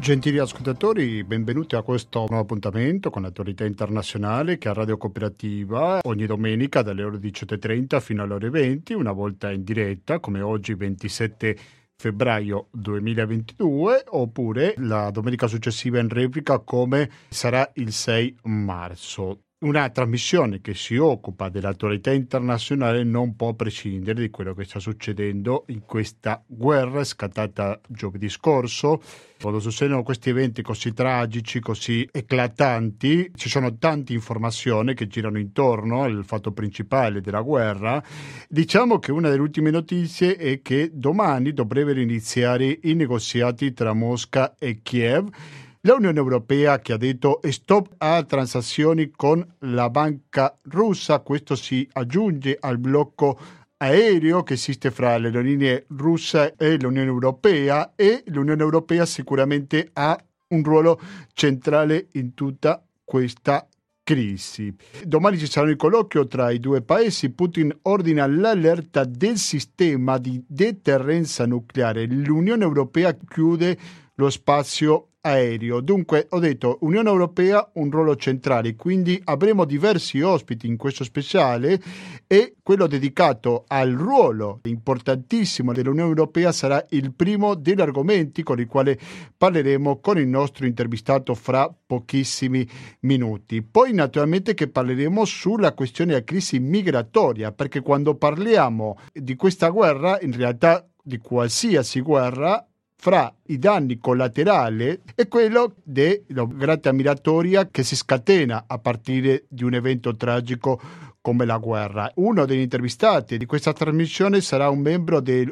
Gentili ascoltatori, benvenuti a questo nuovo appuntamento con l'attualità internazionale che è a Radio Cooperativa ogni domenica dalle ore 18:30 fino alle ore 20, una volta in diretta come oggi 27 febbraio 2022 oppure la domenica successiva in replica come sarà il 6 marzo. Una trasmissione che si occupa dell'attualità internazionale non può prescindere di quello che sta succedendo in questa guerra scattata giovedì scorso. Quando succedono questi eventi così tragici, così eclatanti, ci sono tante informazioni che girano intorno al fatto principale della guerra. Diciamo che una delle ultime notizie è che domani dovrebbero iniziare i negoziati tra Mosca e Kiev. L'Unione Europea che ha detto stop a transazioni con la banca russa, questo si aggiunge al blocco aereo che esiste fra le aerolinee russe e l'Unione Europea, e l'Unione Europea sicuramente ha un ruolo centrale in tutta questa crisi. Domani ci sarà il colloquio tra i due paesi. Putin ordina l'allerta del sistema di deterrenza nucleare. L'Unione Europea chiude lo spazio aereo. Dunque, ho detto, Unione Europea un ruolo centrale, quindi avremo diversi ospiti in questo speciale e quello dedicato al ruolo importantissimo dell'Unione Europea sarà il primo degli argomenti con i quali parleremo con il nostro intervistato fra pochissimi minuti. Poi naturalmente che parleremo sulla questione della crisi migratoria, perché quando parliamo di questa guerra, in realtà di qualsiasi guerra, fra i danni collaterali è quello della migratoria migratoria che si scatena a partire di un evento tragico come la guerra. Uno degli intervistati di questa trasmissione sarà un membro del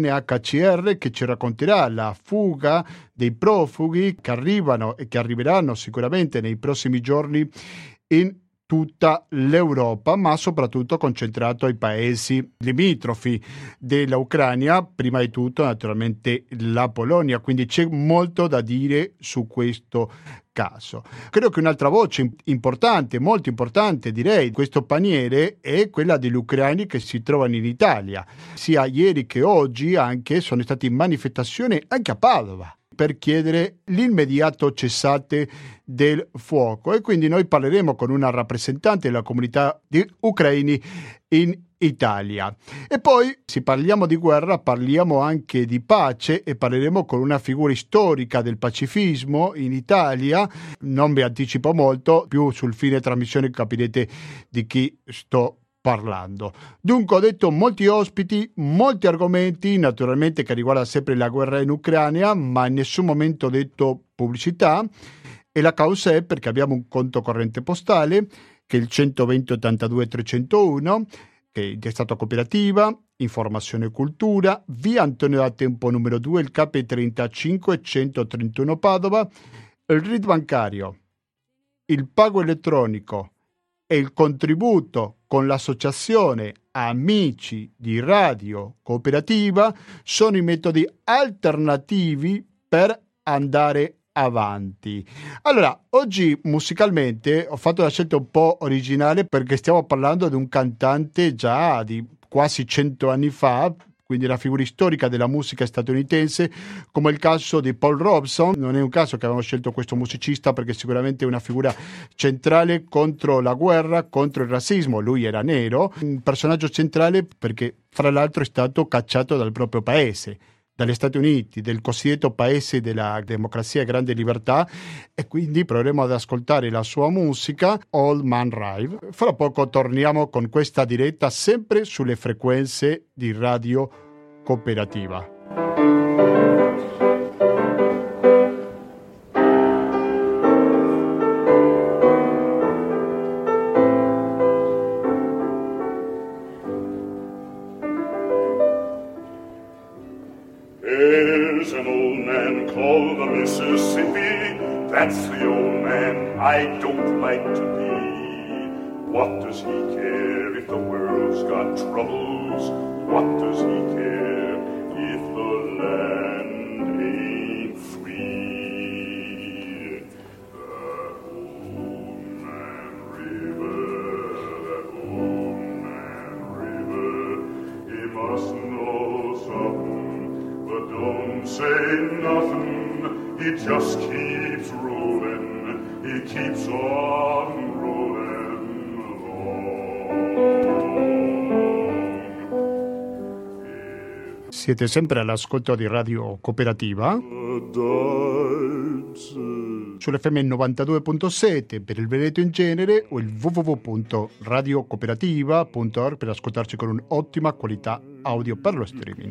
UNHCR che ci racconterà la fuga dei profughi che arrivano e che arriveranno sicuramente nei prossimi giorni in tutta l'Europa, ma soprattutto concentrato ai paesi limitrofi dell'Ucraina, prima di tutto naturalmente la Polonia, quindi c'è molto da dire su questo caso. Credo che un'altra voce importante, molto importante direi, di questo paniere è quella degli ucraini che si trovano in Italia. Sia ieri che oggi anche sono state manifestazioni anche a Padova per chiedere l'immediato cessate del fuoco, e quindi noi parleremo con una rappresentante della comunità di ucraini in Italia. E poi, se parliamo di guerra, parliamo anche di pace e parleremo con una figura storica del pacifismo in Italia. Non vi anticipo molto, più sul fine trasmissione capirete di chi sto parlando. Dunque ho detto molti ospiti, molti argomenti, naturalmente che riguarda sempre la guerra in Ucraina, ma in nessun momento ho detto pubblicità, e la causa è perché abbiamo un conto corrente postale che è il 120 82 301, che è Stato Cooperativa, Informazione e Cultura, via Antonio da Tempo numero 2, il KP 35 131 Padova, il RID bancario, il pago elettronico e il contributo con l'associazione Amici di Radio Cooperativa sono i metodi alternativi per andare avanti. Allora, oggi musicalmente ho fatto una scelta un po' originale perché stiamo parlando di un cantante già di quasi 100 anni fa, quindi la figura storica della musica statunitense, come il caso di Paul Robeson. Non è un caso che abbiamo scelto questo musicista perché sicuramente è una figura centrale contro la guerra, contro il razzismo. Lui era nero, un personaggio centrale perché fra l'altro è stato cacciato dal proprio paese, dagli Stati Uniti, del cosiddetto paese della democrazia e grande libertà, e quindi proveremo ad ascoltare la sua musica Old Man Rive. Fra poco torniamo con questa diretta sempre sulle frequenze di Radio Cooperativa. There's an old man called the Mississippi. That's the old man I don't like to be. What does he care if the world's got troubles? What does he care if the land ain't free? That old man river, that old man river, he must know something. but don't say nothing. He just keeps rolling. He keeps on rolling along. Siete sempre all'ascolto di Radio Cooperativa sull'FM 92.7 per il Veneto in genere o il www.radiocooperativa.org per ascoltarci con un'ottima qualità audio per lo streaming.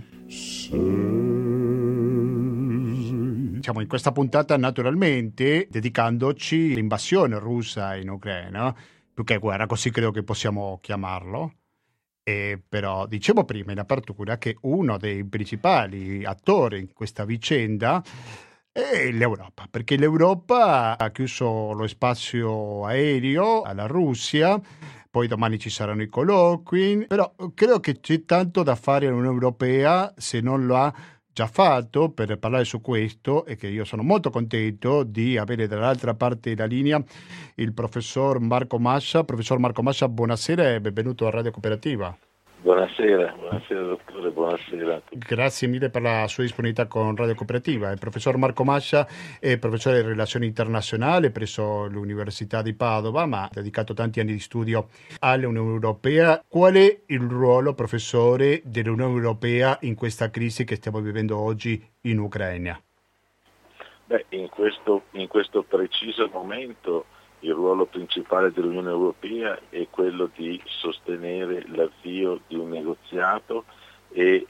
Siamo in questa puntata naturalmente dedicandoci all'invasione russa in Ucraina, più che guerra, così credo che possiamo chiamarlo. Però dicevo prima in apertura che uno dei principali attori in questa vicenda è l'Europa, perché l'Europa ha chiuso lo spazio aereo alla Russia, poi domani ci saranno i colloqui, però credo che c'è tanto da fare all'Unione Europea, se non lo ha già fatto, per parlare su questo, e che io sono molto contento di avere dall'altra parte della linea il professor Marco Mascia. Professor Marco Mascia, buonasera e benvenuto a Radio Cooperativa. Buonasera dottore, buonasera a tutti. Grazie mille per la sua disponibilità con Radio Cooperativa. Il professor Marco Mascia è professore di relazioni internazionali presso l'Università di Padova, ma ha dedicato tanti anni di studio all'Unione Europea. Qual è il ruolo, professore, dell'Unione Europea in questa crisi che stiamo vivendo oggi in Ucraina? In questo preciso momento il ruolo principale dell'Unione Europea è quello di sostenere l'avvio di un negoziato e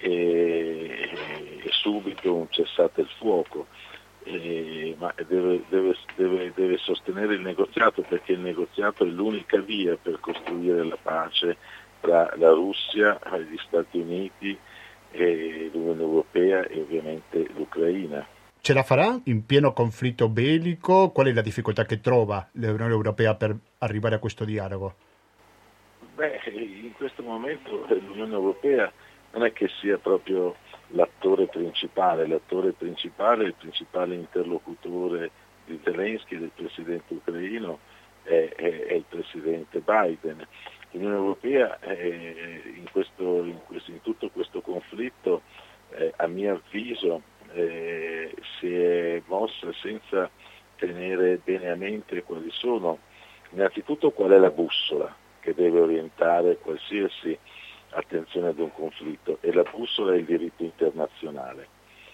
subito un cessate il fuoco, ma deve sostenere il negoziato, perché il negoziato è l'unica via per costruire la pace tra la Russia, gli Stati Uniti, l'Unione Europea e ovviamente l'Ucraina. Ce la farà in pieno conflitto bellico? Qual è la difficoltà che trova l'Unione Europea per arrivare a questo dialogo? In questo momento l'Unione Europea non è che sia proprio l'attore principale, il principale interlocutore di Zelensky, del presidente ucraino, è il presidente Biden. L'Unione Europea in tutto questo conflitto, a mio avviso, si è mossa senza tenere bene a mente quali sono, innanzitutto qual è la bussola che deve orientare qualsiasi attenzione ad un conflitto, e la bussola è il diritto internazionale.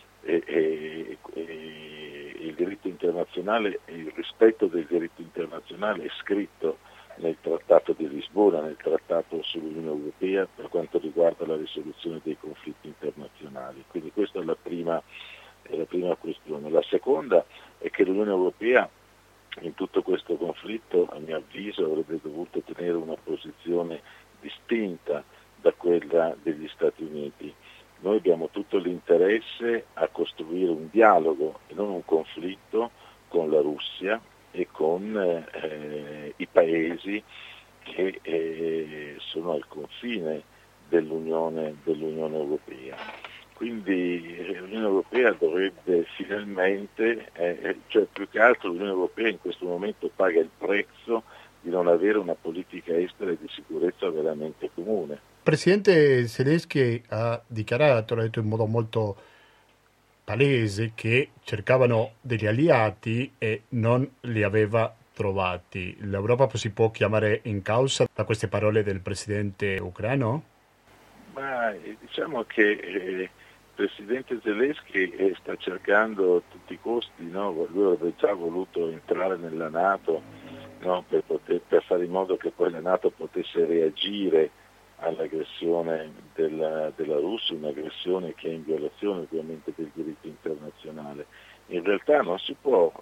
Il diritto internazionale, il rispetto del diritto internazionale è scritto nel Trattato di Lisbona, nel Trattato sull'Unione Europea per quanto riguarda la risoluzione dei conflitti internazionali. Quindi questa è la prima questione. La seconda è che l'Unione Europea in tutto questo conflitto, a mio avviso, avrebbe dovuto tenere una posizione distinta da quella degli Stati Uniti. Noi abbiamo tutto l'interesse a costruire un dialogo e non un conflitto con la Russia e con i paesi che sono al confine dell'Unione Europea. Quindi l'Unione Europea dovrebbe finalmente, cioè più che altro l'Unione Europea in questo momento paga il prezzo di non avere una politica estera e di sicurezza veramente comune. Il presidente Zelensky ha dichiarato, l'ha detto in modo molto palese, che cercavano degli alleati e non li aveva trovati. L'Europa si può chiamare in causa da queste parole del presidente ucraino? Ma diciamo che il presidente Zelensky sta cercando a tutti i costi, no? Lui avrebbe già voluto entrare nella NATO, no? per fare in modo che poi la NATO potesse reagire all'aggressione della Russia, un'aggressione che è in violazione ovviamente del diritto internazionale. In realtà non si può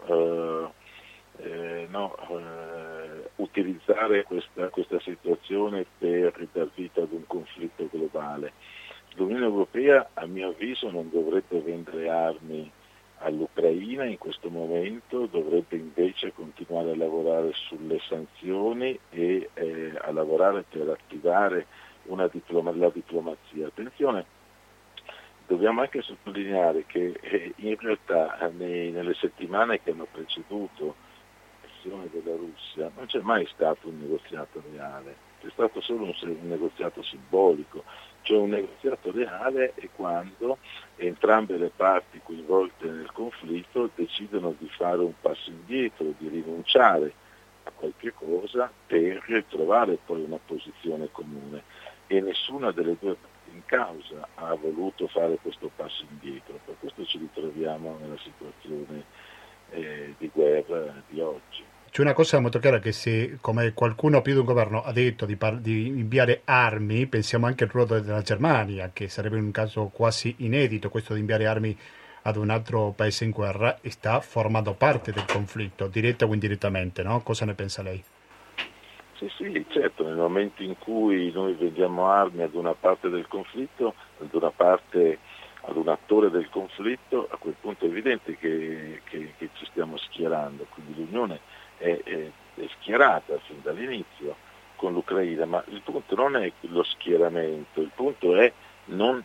utilizzare questa situazione per dar vita ad un conflitto globale. L'Unione Europea, a mio avviso, non dovrebbe vendere armi all'Ucraina in questo momento, dovrebbe invece continuare a lavorare sulle sanzioni e a lavorare per attivare la diplomazia. Attenzione, dobbiamo anche sottolineare che in realtà nelle settimane che hanno preceduto l'azione della Russia non c'è mai stato un negoziato reale. è stato solo un negoziato simbolico, cioè un negoziato reale è quando entrambe le parti coinvolte nel conflitto decidono di fare un passo indietro, di rinunciare a qualche cosa per trovare poi una posizione comune, e nessuna delle due parti in causa ha voluto fare questo passo indietro, per questo ci ritroviamo nella situazione di guerra di oggi. C'è una cosa molto chiara che se, come qualcuno più di un governo ha detto di inviare armi, pensiamo anche al ruolo della Germania, che sarebbe un caso quasi inedito questo di inviare armi ad un altro paese in guerra, e sta formando parte del conflitto, diretta o indirettamente, no? Cosa ne pensa lei? Sì, certo, nel momento in cui noi vendiamo armi ad una parte del conflitto, ad un attore del conflitto, a quel punto è evidente che ci stiamo schierando, quindi l'Unione è schierata fin dall'inizio con l'Ucraina, ma il punto non è lo schieramento, il punto è non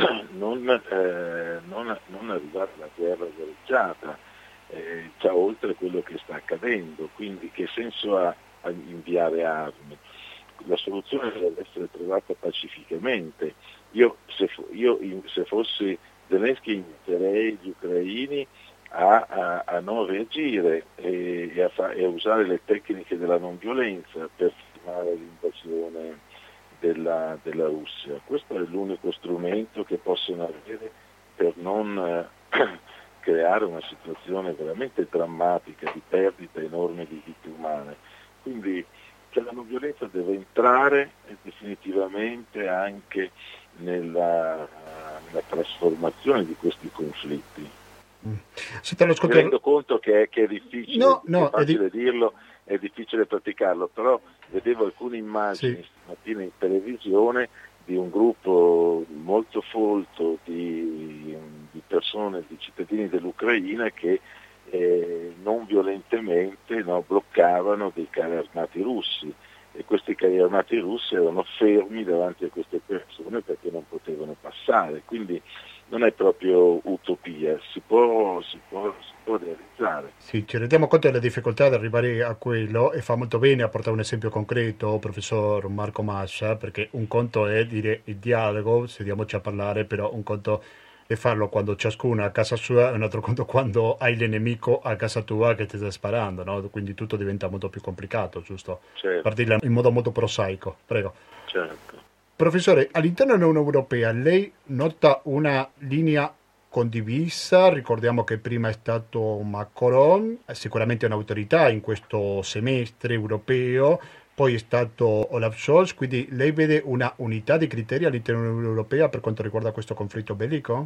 arrivare alla guerra gareggiata, già oltre quello che sta accadendo, quindi che senso ha a inviare armi? La soluzione deve essere trovata pacificamente. Io se fossi Zelensky inviterei gli ucraini a non reagire e a usare le tecniche della non violenza per fermare l'invasione della Russia. Questo è l'unico strumento che possono avere per non creare una situazione veramente drammatica di perdita enorme di vite umane. Quindi la non violenza deve entrare definitivamente anche nella trasformazione di questi conflitti. Mi rendo conto che è difficile, è facile dirlo, è difficile praticarlo, però vedevo alcune immagini stamattina in televisione di un gruppo molto folto di persone, di cittadini dell'Ucraina che non violentemente bloccavano dei carri armati russi, e questi carri armati russi erano fermi davanti a queste persone perché non potevano passare, quindi non è proprio utopia, si può realizzare. Sì, ci rendiamo conto delle difficoltà di arrivare a quello, e fa molto bene a portare un esempio concreto, professor Marco Mascia, perché un conto è dire il dialogo, sediamoci a parlare, però un conto è farlo quando ciascuno è a casa sua, e un altro conto quando hai il nemico a casa tua che ti sta sparando, no? Quindi tutto diventa molto più complicato, giusto? Certo. Partirla in modo molto prosaico, prego. Certo. Professore, all'interno dell'Unione Europea lei nota una linea condivisa? Ricordiamo che prima è stato Macron, sicuramente un'autorità in questo semestre europeo, poi è stato Olaf Scholz, quindi lei vede una unità di criteri all'interno dell'Unione Europea per quanto riguarda questo conflitto bellico?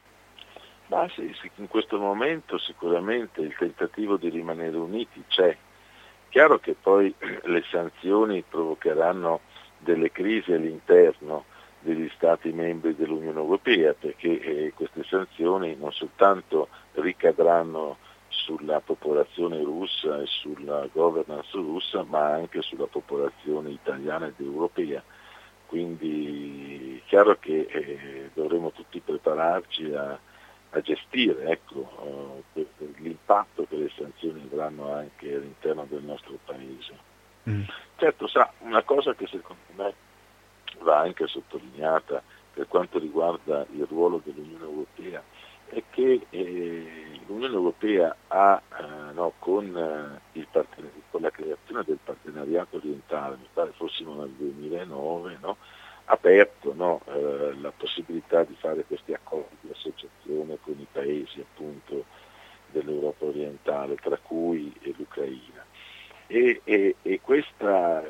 Sì, in questo momento sicuramente il tentativo di rimanere uniti c'è. Chiaro che poi le sanzioni provocheranno delle crisi all'interno degli Stati membri dell'Unione Europea, perché queste sanzioni non soltanto ricadranno sulla popolazione russa e sulla governance russa, ma anche sulla popolazione italiana ed europea. Quindi è chiaro che dovremo tutti prepararci a gestire l'impatto che le sanzioni avranno anche all'interno del nostro paese. Certo, una cosa che secondo me va anche sottolineata per quanto riguarda il ruolo dell'Unione Europea è che l'Unione Europea ha con la creazione del partenariato orientale, mi pare fossimo nel 2009, aperto la possibilità di fare questi accordi di associazione con i paesi appunto dell'Europa orientale, tra cui l'Ucraina. E questa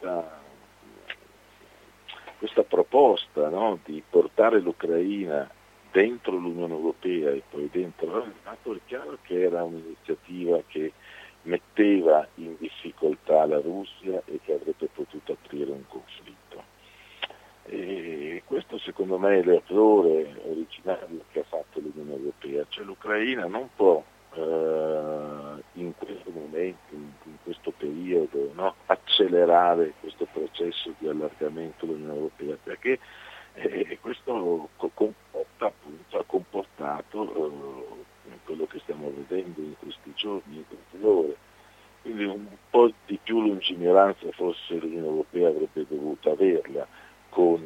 proposta di portare l'Ucraina dentro l'Unione Europea e poi dentro la NATO, è chiaro che era un'iniziativa che metteva in difficoltà la Russia e che avrebbe potuto aprire un conflitto. E questo secondo me è l'errore originario che ha fatto l'Unione Europea, cioè l'Ucraina non può in questo momento, in questo periodo, accelerare questo processo di allargamento dell'Unione Europea, perché questo ha comportato quello che stiamo vedendo in questi giorni, in queste ore. Quindi un po' di più lungimiranza forse l'Unione Europea avrebbe avrebbe dovuto averla con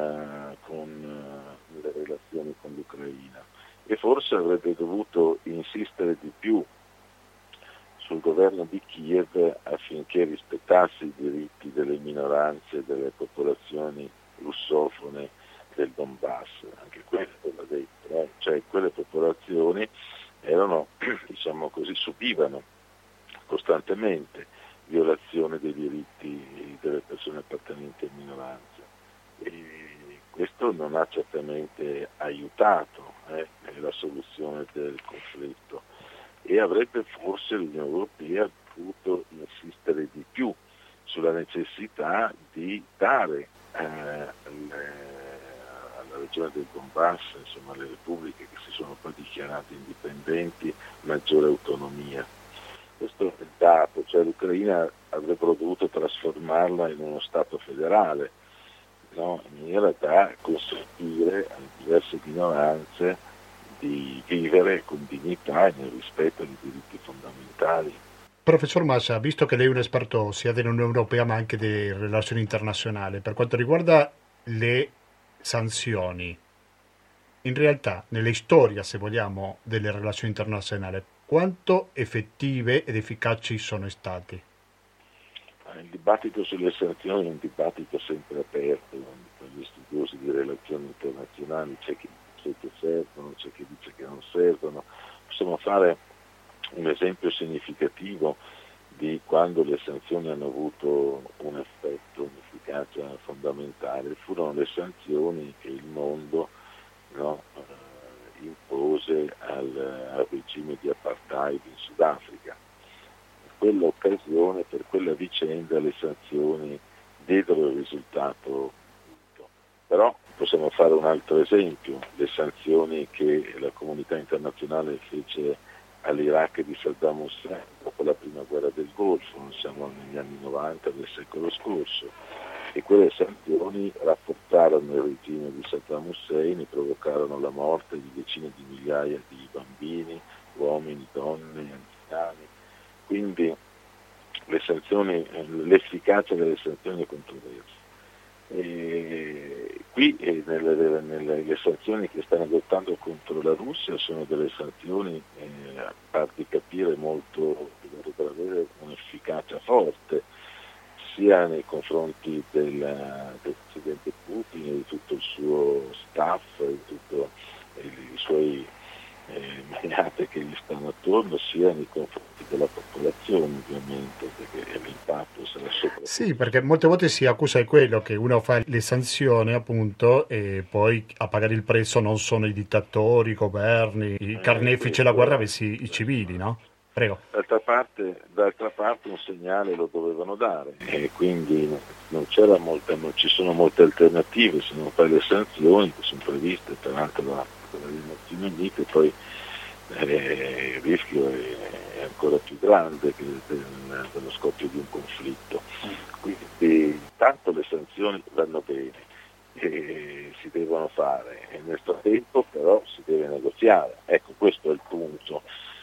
le relazioni con l'Ucraina, e forse avrebbe dovuto insistere di più sul governo di Kiev affinché rispettasse i diritti delle minoranze, delle popolazioni russofone del Donbass. Anche questo va detto, cioè quelle popolazioni erano, diciamo così, subivano costantemente violazione dei diritti delle persone appartenenti a minoranze, e questo non ha certamente aiutato la soluzione del conflitto, e avrebbe forse l'Unione Europea potuto insistere di più sulla necessità di dare alla regione del Donbass, insomma alle repubbliche che si sono poi dichiarate indipendenti, maggiore autonomia. Questo è il dato, cioè l'Ucraina avrebbero dovuto trasformarla in uno Stato federale, no? In maniera da consentire a diverse minoranze di vivere con dignità e nel rispetto dei diritti fondamentali. Professor Massa, visto che lei è un esperto sia dell'Unione Europea ma anche delle relazioni internazionali, per quanto riguarda le sanzioni, in realtà nella storia, se vogliamo, delle relazioni internazionali, quanto effettive ed efficaci sono state? Il dibattito sulle sanzioni è un dibattito sempre aperto tra gli studiosi di relazioni internazionali, c'è chi dice che servono, c'è chi dice che non servono. Possiamo fare un esempio significativo di quando le sanzioni hanno avuto un effetto, un'efficacia fondamentale. Furono le sanzioni che il mondo impose al regime di apartheid in Sudafrica. Per quell'occasione, per quella vicenda, le sanzioni diedero il risultato. Però possiamo fare un altro esempio, le sanzioni che la comunità internazionale fece all'Iraq di Saddam Hussein dopo la prima guerra del Golfo, siamo negli anni 90 del secolo scorso, e quelle sanzioni rafforzarono il regime di Saddam Hussein e provocarono la morte di decine di migliaia di bambini, uomini, donne, anziani. Quindi le sanzioni, l'efficacia delle sanzioni è controversa. Qui le sanzioni che stanno adottando contro la Russia sono delle sanzioni, a par di capire, molto, che dovrebbero avere un'efficacia forte sia nei confronti del presidente Putin e di tutto il suo staff, di tutti i suoi magnate che gli stanno attorno, sia nei confronti della popolazione, ovviamente, perché l'impatto sarà soprattutto. Sì, perché molte volte si accusa di quello che uno fa le sanzioni, appunto, e poi a pagare il prezzo non sono i dittatori, i governi, i carnefici della guerra, bensì i civili, no? Prego. D'altra parte un segnale lo dovevano dare, e quindi non ci sono molte alternative se non fare le sanzioni che sono previste peraltro dalle Nazioni Unite. Poi il rischio è ancora più grande che dello scoppio di un conflitto. Quindi tanto le sanzioni vanno bene e si devono fare, e nel frattempo però si deve negoziare. Ecco, questo è il punto.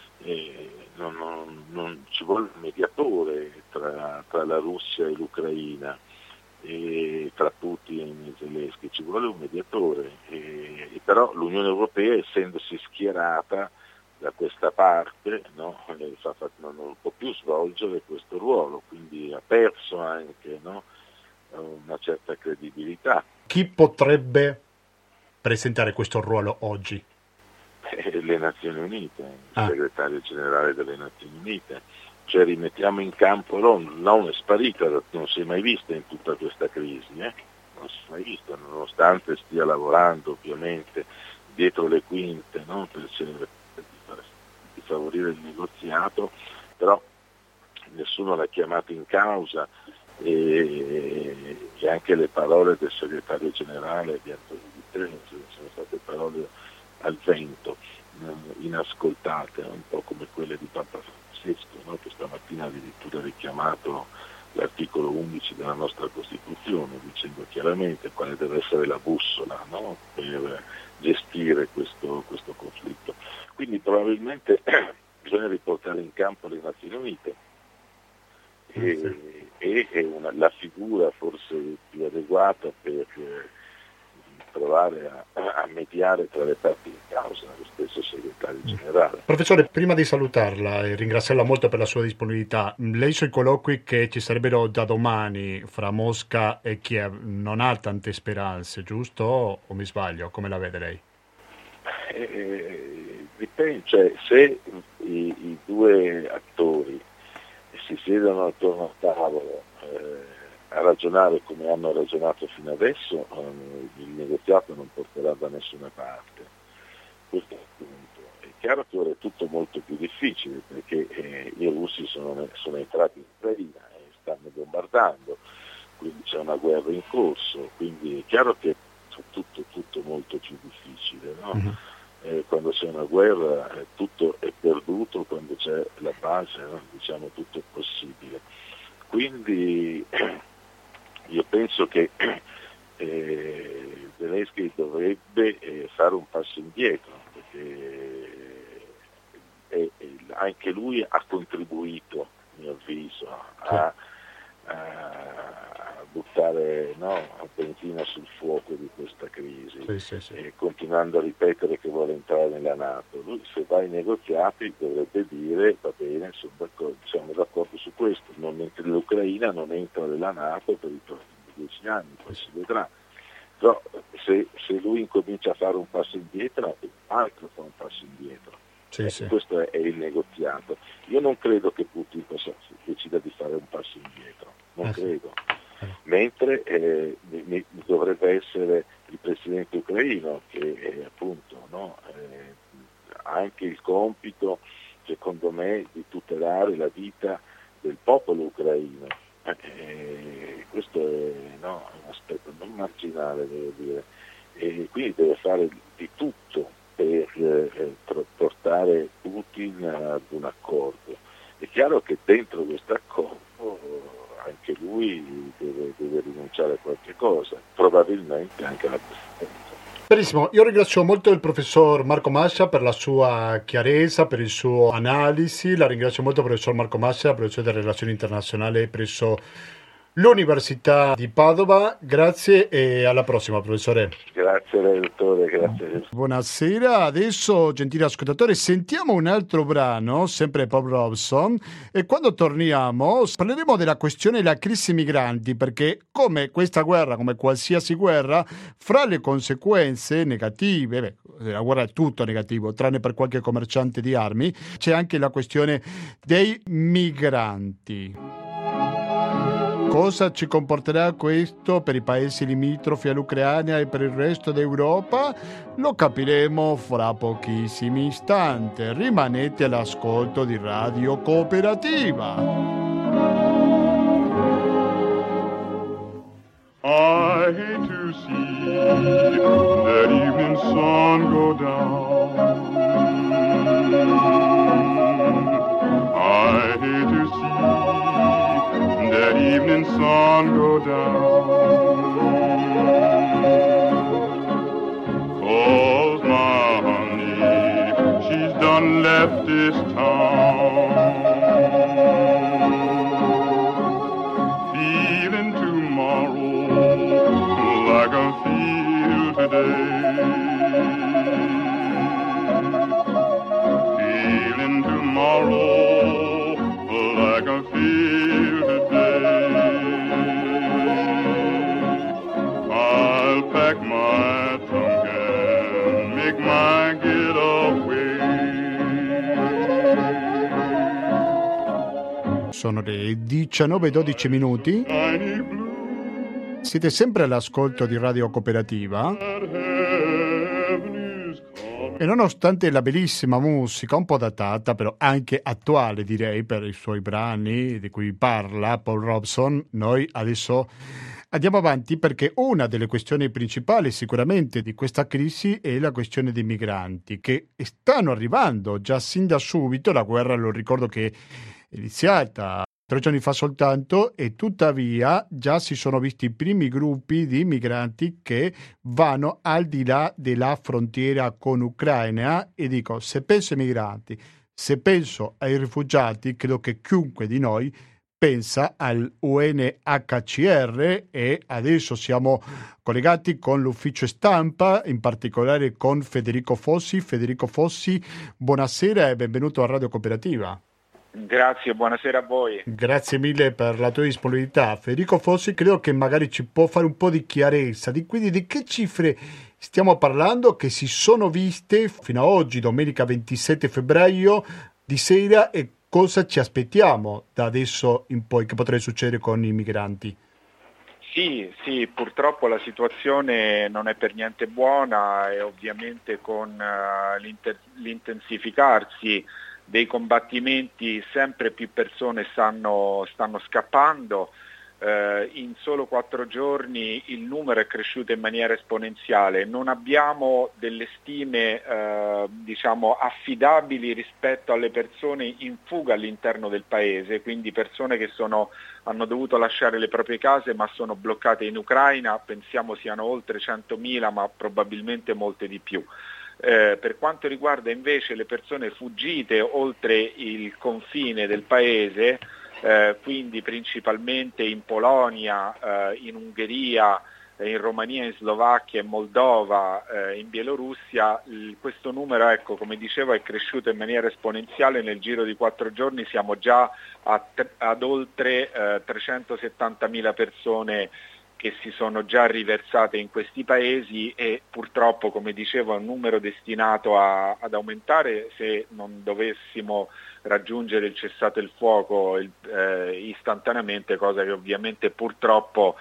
Non ci vuole un mediatore tra la Russia e l'Ucraina, e tra Putin e Zelensky, ci vuole un mediatore, e però l'Unione Europea, essendosi schierata da questa parte, non può più svolgere questo ruolo, quindi ha perso anche una certa credibilità. Chi potrebbe presentare questo ruolo oggi? Le Nazioni Unite, il segretario generale delle Nazioni Unite, cioè rimettiamo in campo l'ONU è sparita, non si è mai vista in tutta questa crisi, non si è mai vista, nonostante stia lavorando ovviamente dietro le quinte, di favorire il negoziato, però nessuno l'ha chiamato in causa, e anche le parole del segretario generale di Antonio Guterres sono state parole al vento, inascoltate, un po' come quelle di Papa Francesco, che stamattina addirittura ha richiamato l'articolo 11 della nostra Costituzione, dicendo chiaramente quale deve essere la bussola per gestire questo conflitto. Quindi probabilmente bisogna riportare in campo le Nazioni Unite e è la figura forse più adeguata per provare a mediare tra le parti in causa, lo stesso segretario generale. Professore, prima di salutarla e ringraziarla molto per la sua disponibilità, lei sui colloqui che ci sarebbero da domani fra Mosca e Kiev non ha tante speranze, giusto? O mi sbaglio? Come la vede lei? Dipende, cioè, se i due attori si siedono attorno al tavolo a ragionare come hanno ragionato fino adesso, il negoziato non porterà da nessuna parte. Questo è il punto. È chiaro che ora è tutto molto più difficile perché i russi sono entrati in Ucraina e stanno bombardando, quindi c'è una guerra in corso, quindi è chiaro che è tutto molto più difficile, no? Mm-hmm. Quando c'è una guerra tutto è perduto, quando c'è la pace, no? Diciamo tutto è possibile. Quindi io penso che Zelensky dovrebbe fare un passo indietro, perché anche lui ha contribuito, a mio avviso, a buttare benzina sul fuoco di questa crisi, sì. Continuando a ripetere che vuole entrare nella NATO. Lui, se va ai negoziati, dovrebbe dire va bene, siamo d'accordo su questo, l'Ucraina non entra nella NATO per i prossimi 10 anni, poi si vedrà. Però se lui incomincia a fare un passo indietro, altro fa un passo indietro. Sì. Questo è il negoziato. Io non credo che Putin decida di fare un passo indietro, non credo. Mentre dovrebbe essere il presidente ucraino che appunto ha anche il compito, secondo me, di tutelare la vita del popolo ucraino. Questo è un aspetto non marginale, devo dire, e quindi deve fare di tutto per portare Putin ad un accordo. È chiaro che dentro questo accordo anche lui deve rinunciare a qualche cosa, probabilmente anche alla presidenza. Benissimo, io ringrazio molto il professor Marco Mascia per la sua chiarezza, per il suo analisi, la ringrazio molto professor Marco Mascia, professore di relazioni internazionali presso l'Università di Padova. Grazie e alla prossima, professore. Grazie a lei, dottore, grazie. Buonasera, adesso gentili ascoltatori sentiamo un altro brano, sempre Paul Robeson, e quando torniamo parleremo della questione della crisi migranti, perché come questa guerra, come qualsiasi guerra, fra le conseguenze negative, la guerra è tutto negativo, tranne per qualche commerciante di armi, c'è anche la questione dei migranti. Cosa ci comporterà questo per i paesi limitrofi all'Ucraina e per il resto d'Europa? Lo capiremo fra pochissimi istanti. Rimanete all'ascolto di Radio Cooperativa. I hate to see that evening sun go down. I hate to see that evening sun go down. 'Cause my honey, she's done left this town. Feeling tomorrow like I feel today. Feeling tomorrow like I feel today. I'll pack my trunk and make my getaway. Sono le 19:12 minuti. Siete sempre all'ascolto di Radio Cooperativa. E nonostante la bellissima musica, un po' datata, però anche attuale direi per i suoi brani di cui parla Paul Robeson, noi adesso andiamo avanti perché una delle questioni principali sicuramente di questa crisi è la questione dei migranti che stanno arrivando già sin da subito. La guerra, lo ricordo che è iniziata 3 giorni fa soltanto e tuttavia già si sono visti i primi gruppi di migranti che vanno al di là della frontiera con Ucraina. E dico, se penso ai migranti, se penso ai rifugiati, credo che chiunque di noi pensa al UNHCR e adesso siamo collegati con l'ufficio stampa, in particolare con Federico Fossi. Federico Fossi, buonasera e benvenuto a Radio Cooperativa. Grazie, buonasera a voi. Grazie mille per la tua disponibilità. Federico Fossi, credo che magari ci può fare un po' di chiarezza, quindi di che cifre stiamo parlando che si sono viste fino ad oggi, domenica 27 febbraio di sera, e cosa ci aspettiamo da adesso in poi che potrebbe succedere con i migranti? Sì, purtroppo la situazione non è per niente buona e ovviamente con l'intensificarsi dei combattimenti sempre più persone stanno scappando. In solo 4 giorni il numero è cresciuto in maniera esponenziale. Non abbiamo delle stime affidabili rispetto alle persone in fuga all'interno del paese, quindi persone che hanno dovuto lasciare le proprie case ma sono bloccate in Ucraina. Pensiamo siano oltre 100.000, ma probabilmente molte di più. Per quanto riguarda invece le persone fuggite oltre il confine del paese, quindi principalmente in Polonia, in Ungheria, in Romania, in Slovacchia, in Moldova, in Bielorussia, questo numero, come dicevo, è cresciuto in maniera esponenziale. Nel giro di 4 giorni siamo già ad oltre 370.000 persone che si sono già riversate in questi paesi e purtroppo, come dicevo, è un numero destinato ad aumentare se non dovessimo raggiungere il cessate il fuoco istantaneamente, cosa che ovviamente purtroppo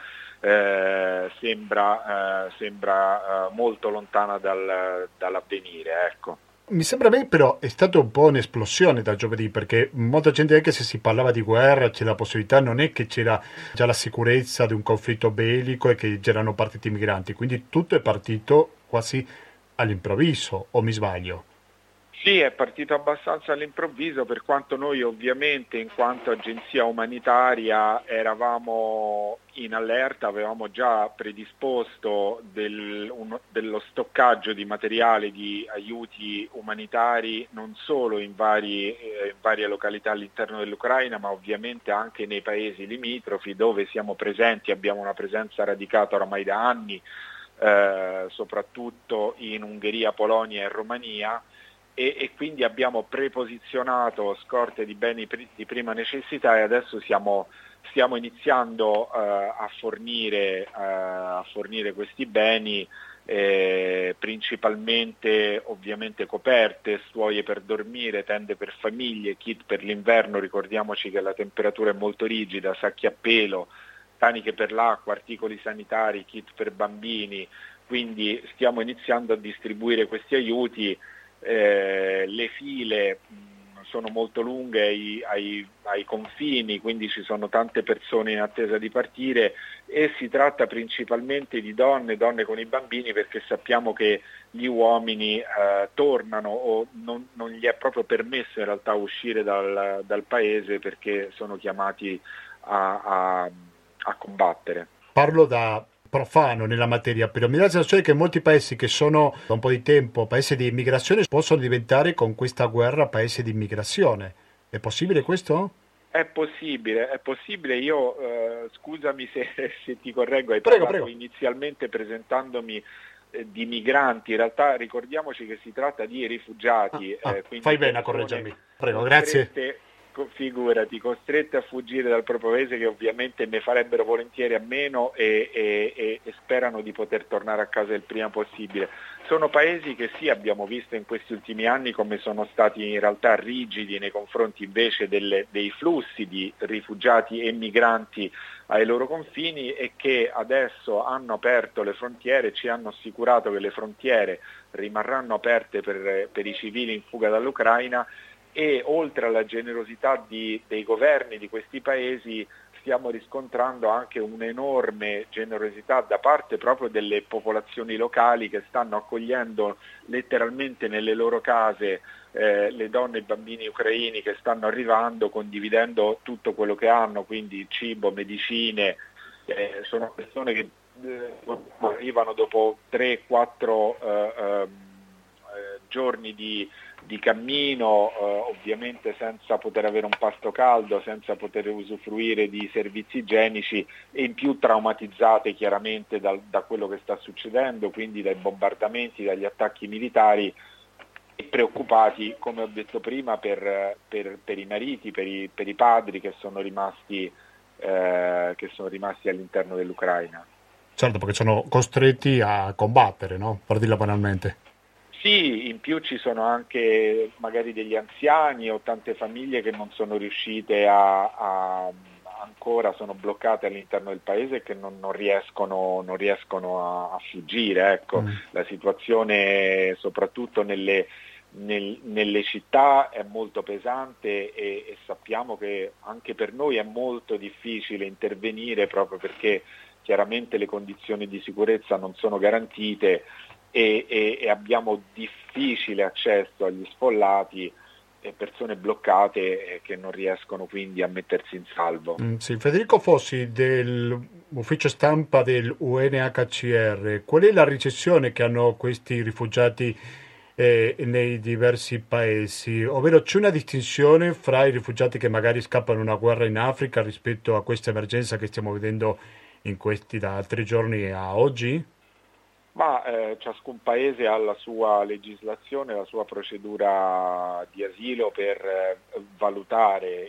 sembra molto lontana dall'avvenire. Ecco. Mi sembra a me però è stata un po' un'esplosione da giovedì, perché molta gente, anche se si parlava di guerra, c'è la possibilità, non è che c'era già la sicurezza di un conflitto bellico e che c'erano partiti migranti, quindi tutto è partito quasi all'improvviso, o mi sbaglio? Sì, è partito abbastanza all'improvviso, per quanto noi ovviamente in quanto agenzia umanitaria eravamo in allerta, avevamo già predisposto dello stoccaggio di materiale di aiuti umanitari non solo in varie località all'interno dell'Ucraina, ma ovviamente anche nei paesi limitrofi dove siamo presenti, abbiamo una presenza radicata oramai da anni, soprattutto in Ungheria, Polonia e Romania. E quindi abbiamo preposizionato scorte di beni di prima necessità e adesso stiamo iniziando a fornire questi beni, principalmente ovviamente coperte, stuoie per dormire, tende per famiglie, kit per l'inverno. Ricordiamoci che la temperatura è molto rigida, sacchi a pelo, taniche per l'acqua, articoli sanitari, kit per bambini. Quindi stiamo iniziando a distribuire questi aiuti. Le file sono molto lunghe ai confini, quindi ci sono tante persone in attesa di partire e si tratta principalmente di donne con i bambini, perché sappiamo che gli uomini tornano o non gli è proprio permesso in realtà uscire dal paese perché sono chiamati a combattere. Parlo da profano nella materia, però mi dà la sensazione che molti paesi che sono da un po' di tempo paesi di immigrazione possono diventare con questa guerra paesi di immigrazione. È possibile questo? È possibile. Io scusami se ti correggo, hai parlato inizialmente presentandomi di migranti, in realtà ricordiamoci che si tratta di rifugiati. Fai bene a correggermi. Prego, grazie. Figurati, costrette a fuggire dal proprio paese, che ovviamente ne farebbero volentieri a meno e sperano di poter tornare a casa il prima possibile. Sono paesi che sì, abbiamo visto in questi ultimi anni come sono stati in realtà rigidi nei confronti invece dei flussi di rifugiati e migranti ai loro confini, e che adesso hanno aperto le frontiere, ci hanno assicurato che le frontiere rimarranno aperte per i civili in fuga dall'Ucraina. E oltre alla generosità dei governi di questi paesi stiamo riscontrando anche un'enorme generosità da parte proprio delle popolazioni locali, che stanno accogliendo letteralmente nelle loro case le donne e i bambini ucraini che stanno arrivando, condividendo tutto quello che hanno, quindi cibo, medicine. Sono persone che arrivano dopo 3-4 giorni giorni di cammino, ovviamente senza poter avere un pasto caldo, senza poter usufruire di servizi igienici e in più traumatizzate chiaramente da quello che sta succedendo, quindi dai bombardamenti, dagli attacchi militari, e preoccupati, come ho detto prima, per i mariti, per i padri che sono rimasti all'interno dell'Ucraina. Certo, perché sono costretti a combattere, no? Per dirla banalmente. Sì, in più ci sono anche magari degli anziani o tante famiglie che non sono riuscite ancora sono bloccate all'interno del paese e che non riescono a fuggire. Ecco. La situazione soprattutto nelle città è molto pesante e sappiamo che anche per noi è molto difficile intervenire proprio perché chiaramente le condizioni di sicurezza non sono garantite e abbiamo difficile accesso agli sfollati e persone bloccate che non riescono quindi a mettersi in salvo. Sì. Federico Fossi dell'ufficio stampa del UNHCR, qual è la ricezione che hanno questi rifugiati nei diversi paesi? Ovvero c'è una distinzione fra i rifugiati che magari scappano una guerra in Africa rispetto a questa emergenza che stiamo vedendo da altri giorni a oggi? Ma ciascun paese ha la sua legislazione, la sua procedura di asilo per valutare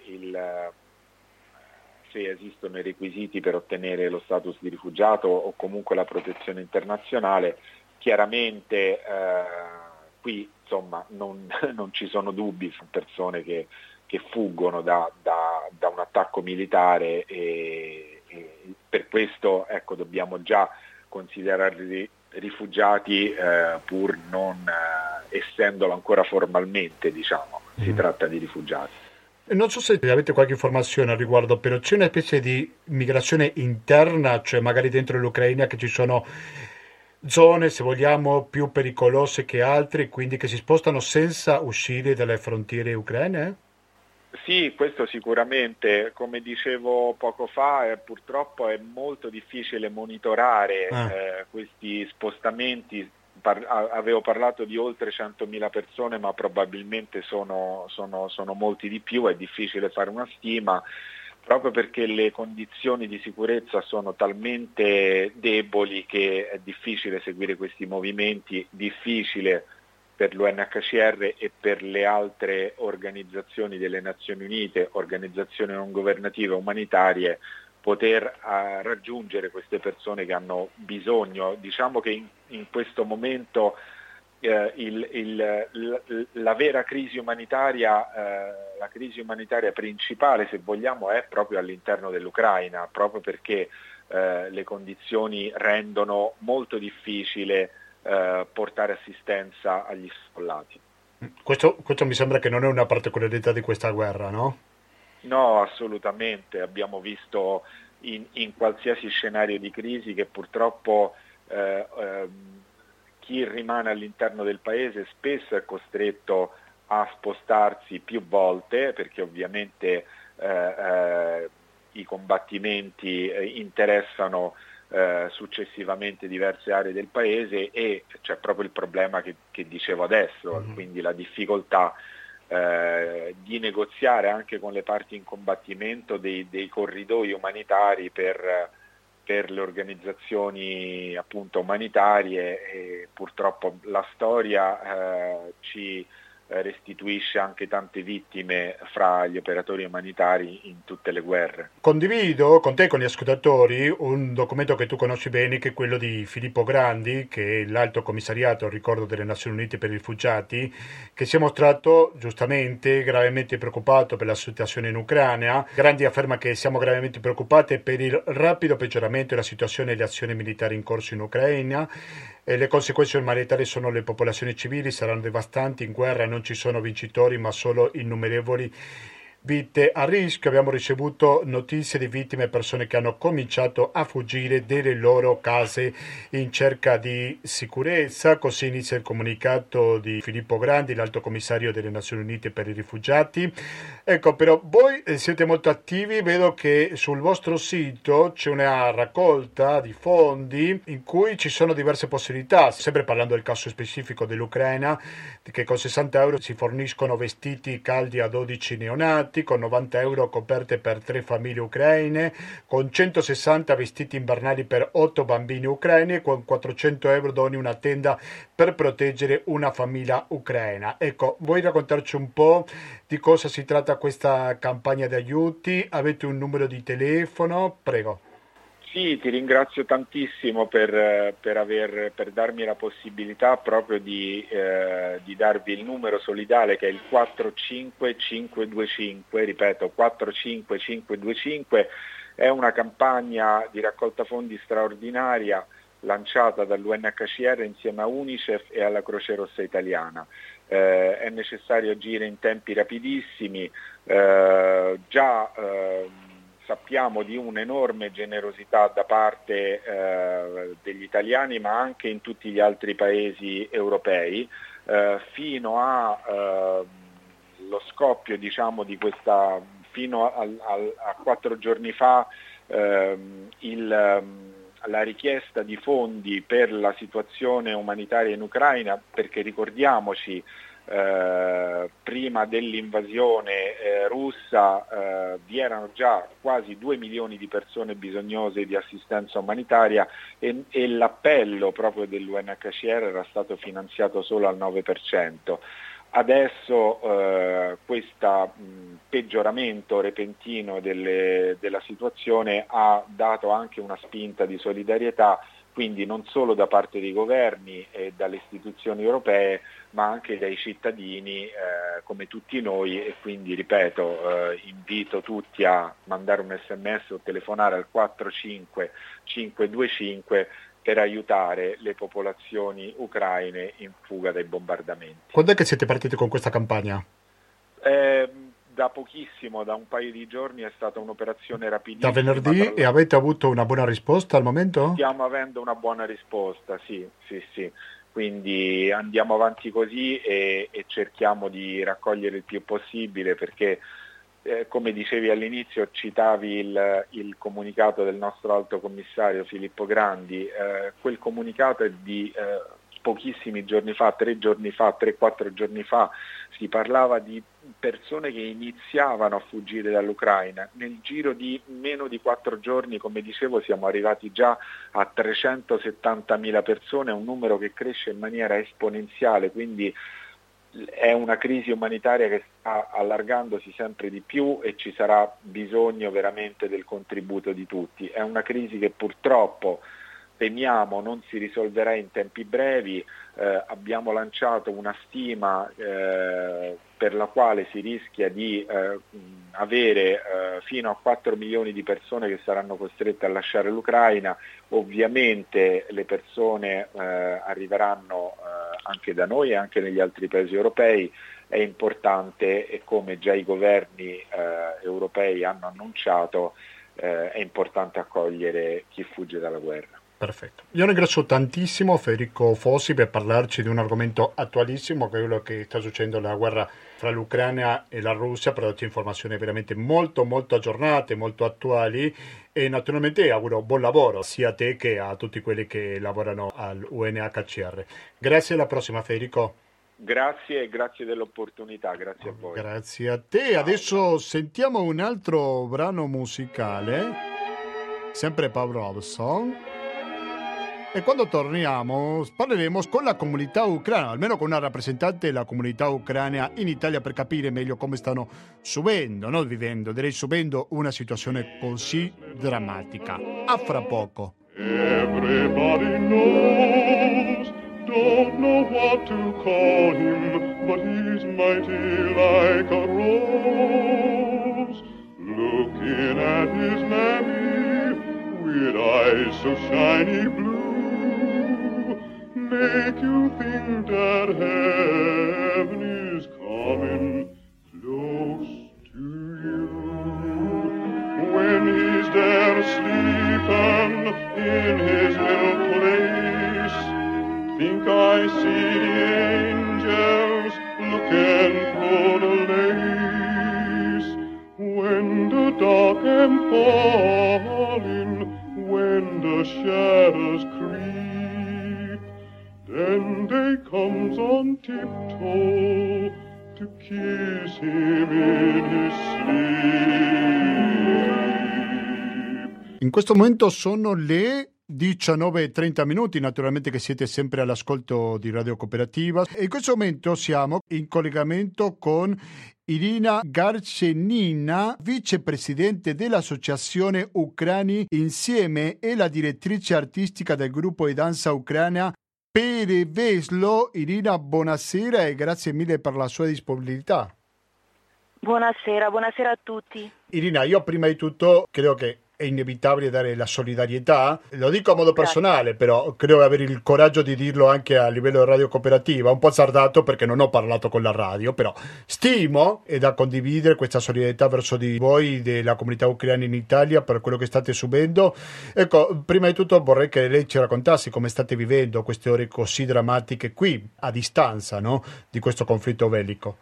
se esistono i requisiti per ottenere lo status di rifugiato o comunque la protezione internazionale. Chiaramente qui insomma non ci sono dubbi su persone che fuggono da un attacco militare e per questo ecco, dobbiamo già considerarli rifugiati pur non essendolo ancora formalmente, diciamo, si tratta di rifugiati. Non so se avete qualche informazione al riguardo, però c'è una specie di migrazione interna, cioè magari dentro l'Ucraina che ci sono zone, se vogliamo, più pericolose che altre, quindi che si spostano senza uscire dalle frontiere ucraine? Sì, questo sicuramente, come dicevo poco fa, purtroppo è molto difficile monitorare questi spostamenti. Avevo parlato di oltre 100.000 persone, ma probabilmente sono molti di più, è difficile fare una stima, proprio perché le condizioni di sicurezza sono talmente deboli che è difficile seguire questi movimenti, difficile per l'UNHCR e per le altre organizzazioni delle Nazioni Unite, organizzazioni non governative umanitarie, poter raggiungere queste persone che hanno bisogno. Diciamo che in questo momento la vera crisi umanitaria, la crisi umanitaria principale, se vogliamo, è proprio all'interno dell'Ucraina, proprio perché le condizioni rendono molto difficile portare assistenza agli sfollati. Questo mi sembra che non è una particolarità di questa guerra, no? No, assolutamente. Abbiamo visto in qualsiasi scenario di crisi che purtroppo chi rimane all'interno del paese spesso è costretto a spostarsi più volte perché ovviamente i combattimenti interessano successivamente diverse aree del paese e c'è proprio il problema che dicevo adesso, quindi la difficoltà di negoziare anche con le parti in combattimento dei corridoi umanitari per le organizzazioni appunto umanitarie e purtroppo la storia ci restituisce anche tante vittime fra gli operatori umanitari in tutte le guerre. Condivido con te e con gli ascoltatori un documento che tu conosci bene, che è quello di Filippo Grandi, che è l'Alto Commissariato, ricordo, delle Nazioni Unite per i Rifugiati, che si è mostrato giustamente gravemente preoccupato per la situazione in Ucraina. Grandi afferma che siamo gravemente preoccupati per il rapido peggioramento della situazione e delle azioni militari in corso in Ucraina. Le conseguenze umanitarie sono le popolazioni civili, saranno devastanti in guerra, non ci sono vincitori ma solo innumerevoli vite a rischio. Abbiamo ricevuto notizie di vittime e persone che hanno cominciato a fuggire dalle loro case in cerca di sicurezza. Così inizia il comunicato di Filippo Grandi, l'Alto Commissario delle Nazioni Unite per i Rifugiati. Ecco, però voi siete molto attivi, vedo che sul vostro sito c'è una raccolta di fondi in cui ci sono diverse possibilità, sempre parlando del caso specifico dell'Ucraina, che con 60 euro si forniscono vestiti caldi a 12 neonati, con 90 euro coperte per 3 famiglie ucraine, con 160 vestiti invernali per 8 bambini ucraini e con 400 euro doni una tenda per proteggere una famiglia ucraina. Ecco, vuoi raccontarci un po' di cosa si tratta questa campagna di aiuti? Avete un numero di telefono? Prego. Sì, ti ringrazio tantissimo per darmi la possibilità proprio di darvi il numero solidale, che è il 45525, ripeto 45525, è una campagna di raccolta fondi straordinaria lanciata dall'UNHCR insieme a UNICEF e alla Croce Rossa Italiana. È necessario agire in tempi rapidissimi, sappiamo di un'enorme generosità da parte degli italiani, ma anche in tutti gli altri paesi europei, fino a lo scoppio, diciamo, di questa, fino a 4 giorni fa, la richiesta di fondi per la situazione umanitaria in Ucraina, perché ricordiamoci, prima dell'invasione russa vi erano già quasi 2 milioni di persone bisognose di assistenza umanitaria e l'appello proprio dell'UNHCR era stato finanziato solo al 9%. Adesso questo peggioramento repentino della situazione ha dato anche una spinta di solidarietà, quindi non solo da parte dei governi e dalle istituzioni europee, ma anche dai cittadini come tutti noi, e quindi ripeto, invito tutti a mandare un SMS o telefonare al 45525 per aiutare le popolazioni ucraine in fuga dai bombardamenti. Quando è che siete partiti con questa campagna? Da pochissimo, da un paio di giorni, è stata un'operazione rapidissima. Da venerdì, e avete avuto una buona risposta al momento? Stiamo avendo una buona risposta, sì. Quindi andiamo avanti così e cerchiamo di raccogliere il più possibile, perché come dicevi all'inizio, citavi il comunicato del nostro Alto Commissario Filippo Grandi. Quel comunicato è di pochissimi giorni fa, 3-4 giorni fa, si parlava di persone che iniziavano a fuggire dall'Ucraina. Nel giro di meno di 4 giorni, come dicevo, siamo arrivati già a 370.000 persone, un numero che cresce in maniera esponenziale, quindi è una crisi umanitaria che sta allargandosi sempre di più e ci sarà bisogno veramente del contributo di tutti. È una crisi che purtroppo temiamo non si risolverà in tempi brevi. Abbiamo lanciato una stima per la quale si rischia di avere fino a 4 milioni di persone che saranno costrette a lasciare l'Ucraina. Ovviamente le persone arriveranno anche da noi e anche negli altri paesi europei. È importante, e come già i governi europei hanno annunciato, è importante accogliere chi fugge dalla guerra. Perfetto. Io ringrazio tantissimo Federico Fossi per parlarci di un argomento attualissimo, che è quello che sta succedendo nella guerra fra l'Ucraina e la Russia, per darci informazioni veramente molto aggiornate, molto attuali, e naturalmente auguro buon lavoro sia a te che a tutti quelli che lavorano all'UNHCR. Grazie, alla prossima Federico. Grazie dell'opportunità, grazie a voi. Grazie a te. Ciao. Adesso sentiamo un altro brano musicale, sempre Paul Robson. E quando torniamo parleremo con la comunità ucraina, almeno con una rappresentante della comunità ucraina in Italia, per capire meglio come stanno subendo, non vivendo, direi subendo una situazione così drammatica. A fra poco. Everybody knows, don't know what to call him, but he's mighty like a rose. Looking at his mammy with eyes so shiny blue, make you think that heaven is coming close to you. tiptoe to kiss him in his sleep. In questo momento sono le 19:30 minuti, naturalmente che siete sempre all'ascolto di Radio Cooperativa e in questo momento siamo in collegamento con Irina Garcenina, vicepresidente dell'Associazione Ucrani Insieme e la direttrice artistica del gruppo di danza ucraina Pereveslo. Irina, buonasera e grazie mille per la sua disponibilità. Buonasera a tutti. Irina, io prima di tutto credo che è inevitabile dare la solidarietà, lo dico a modo personale, però credo di avere il coraggio di dirlo anche a livello radio cooperativa, un po' azzardato perché non ho parlato con la radio, però stimo e da condividere questa solidarietà verso di voi della comunità ucraina in Italia per quello che state subendo. Ecco, prima di tutto vorrei che lei ci raccontasse come state vivendo queste ore così drammatiche qui, a distanza, no, di questo conflitto bellico.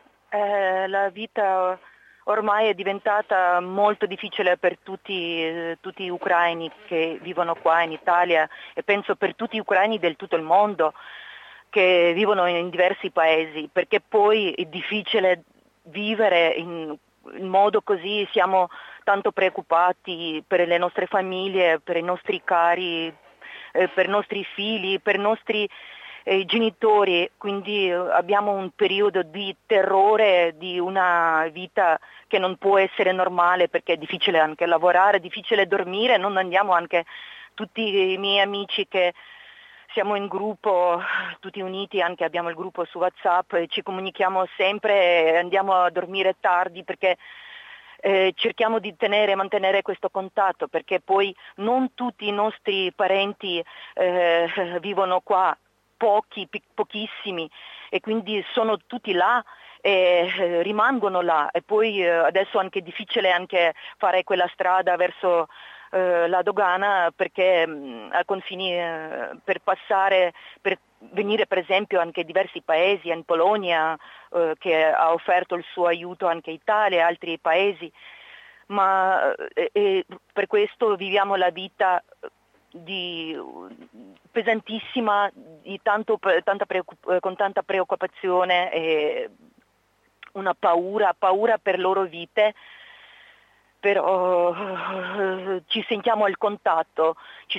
La vita ormai è diventata molto difficile per tutti gli ucraini che vivono qua in Italia e penso per tutti gli ucraini del tutto il mondo che vivono in diversi paesi, perché poi è difficile vivere in modo così, siamo tanto preoccupati per le nostre famiglie, per i nostri cari, per i nostri figli, per i nostri genitori, quindi abbiamo un periodo di terrore, di una vita che non può essere normale perché è difficile anche lavorare, è difficile dormire, non andiamo anche tutti i miei amici che siamo in gruppo, tutti uniti, anche abbiamo il gruppo su WhatsApp e ci comunichiamo sempre e andiamo a dormire tardi perché cerchiamo di mantenere questo contatto perché poi non tutti i nostri parenti vivono qua, pochissimi e quindi sono tutti là e rimangono là e poi adesso è anche difficile anche fare quella strada verso la dogana perché ai confini per passare, per venire per esempio anche diversi paesi, in Polonia che ha offerto il suo aiuto anche Italia e altri paesi, ma per questo viviamo la vita pesantissima, con tanta preoccupazione e una paura per loro vite, però ci sentiamo il contatto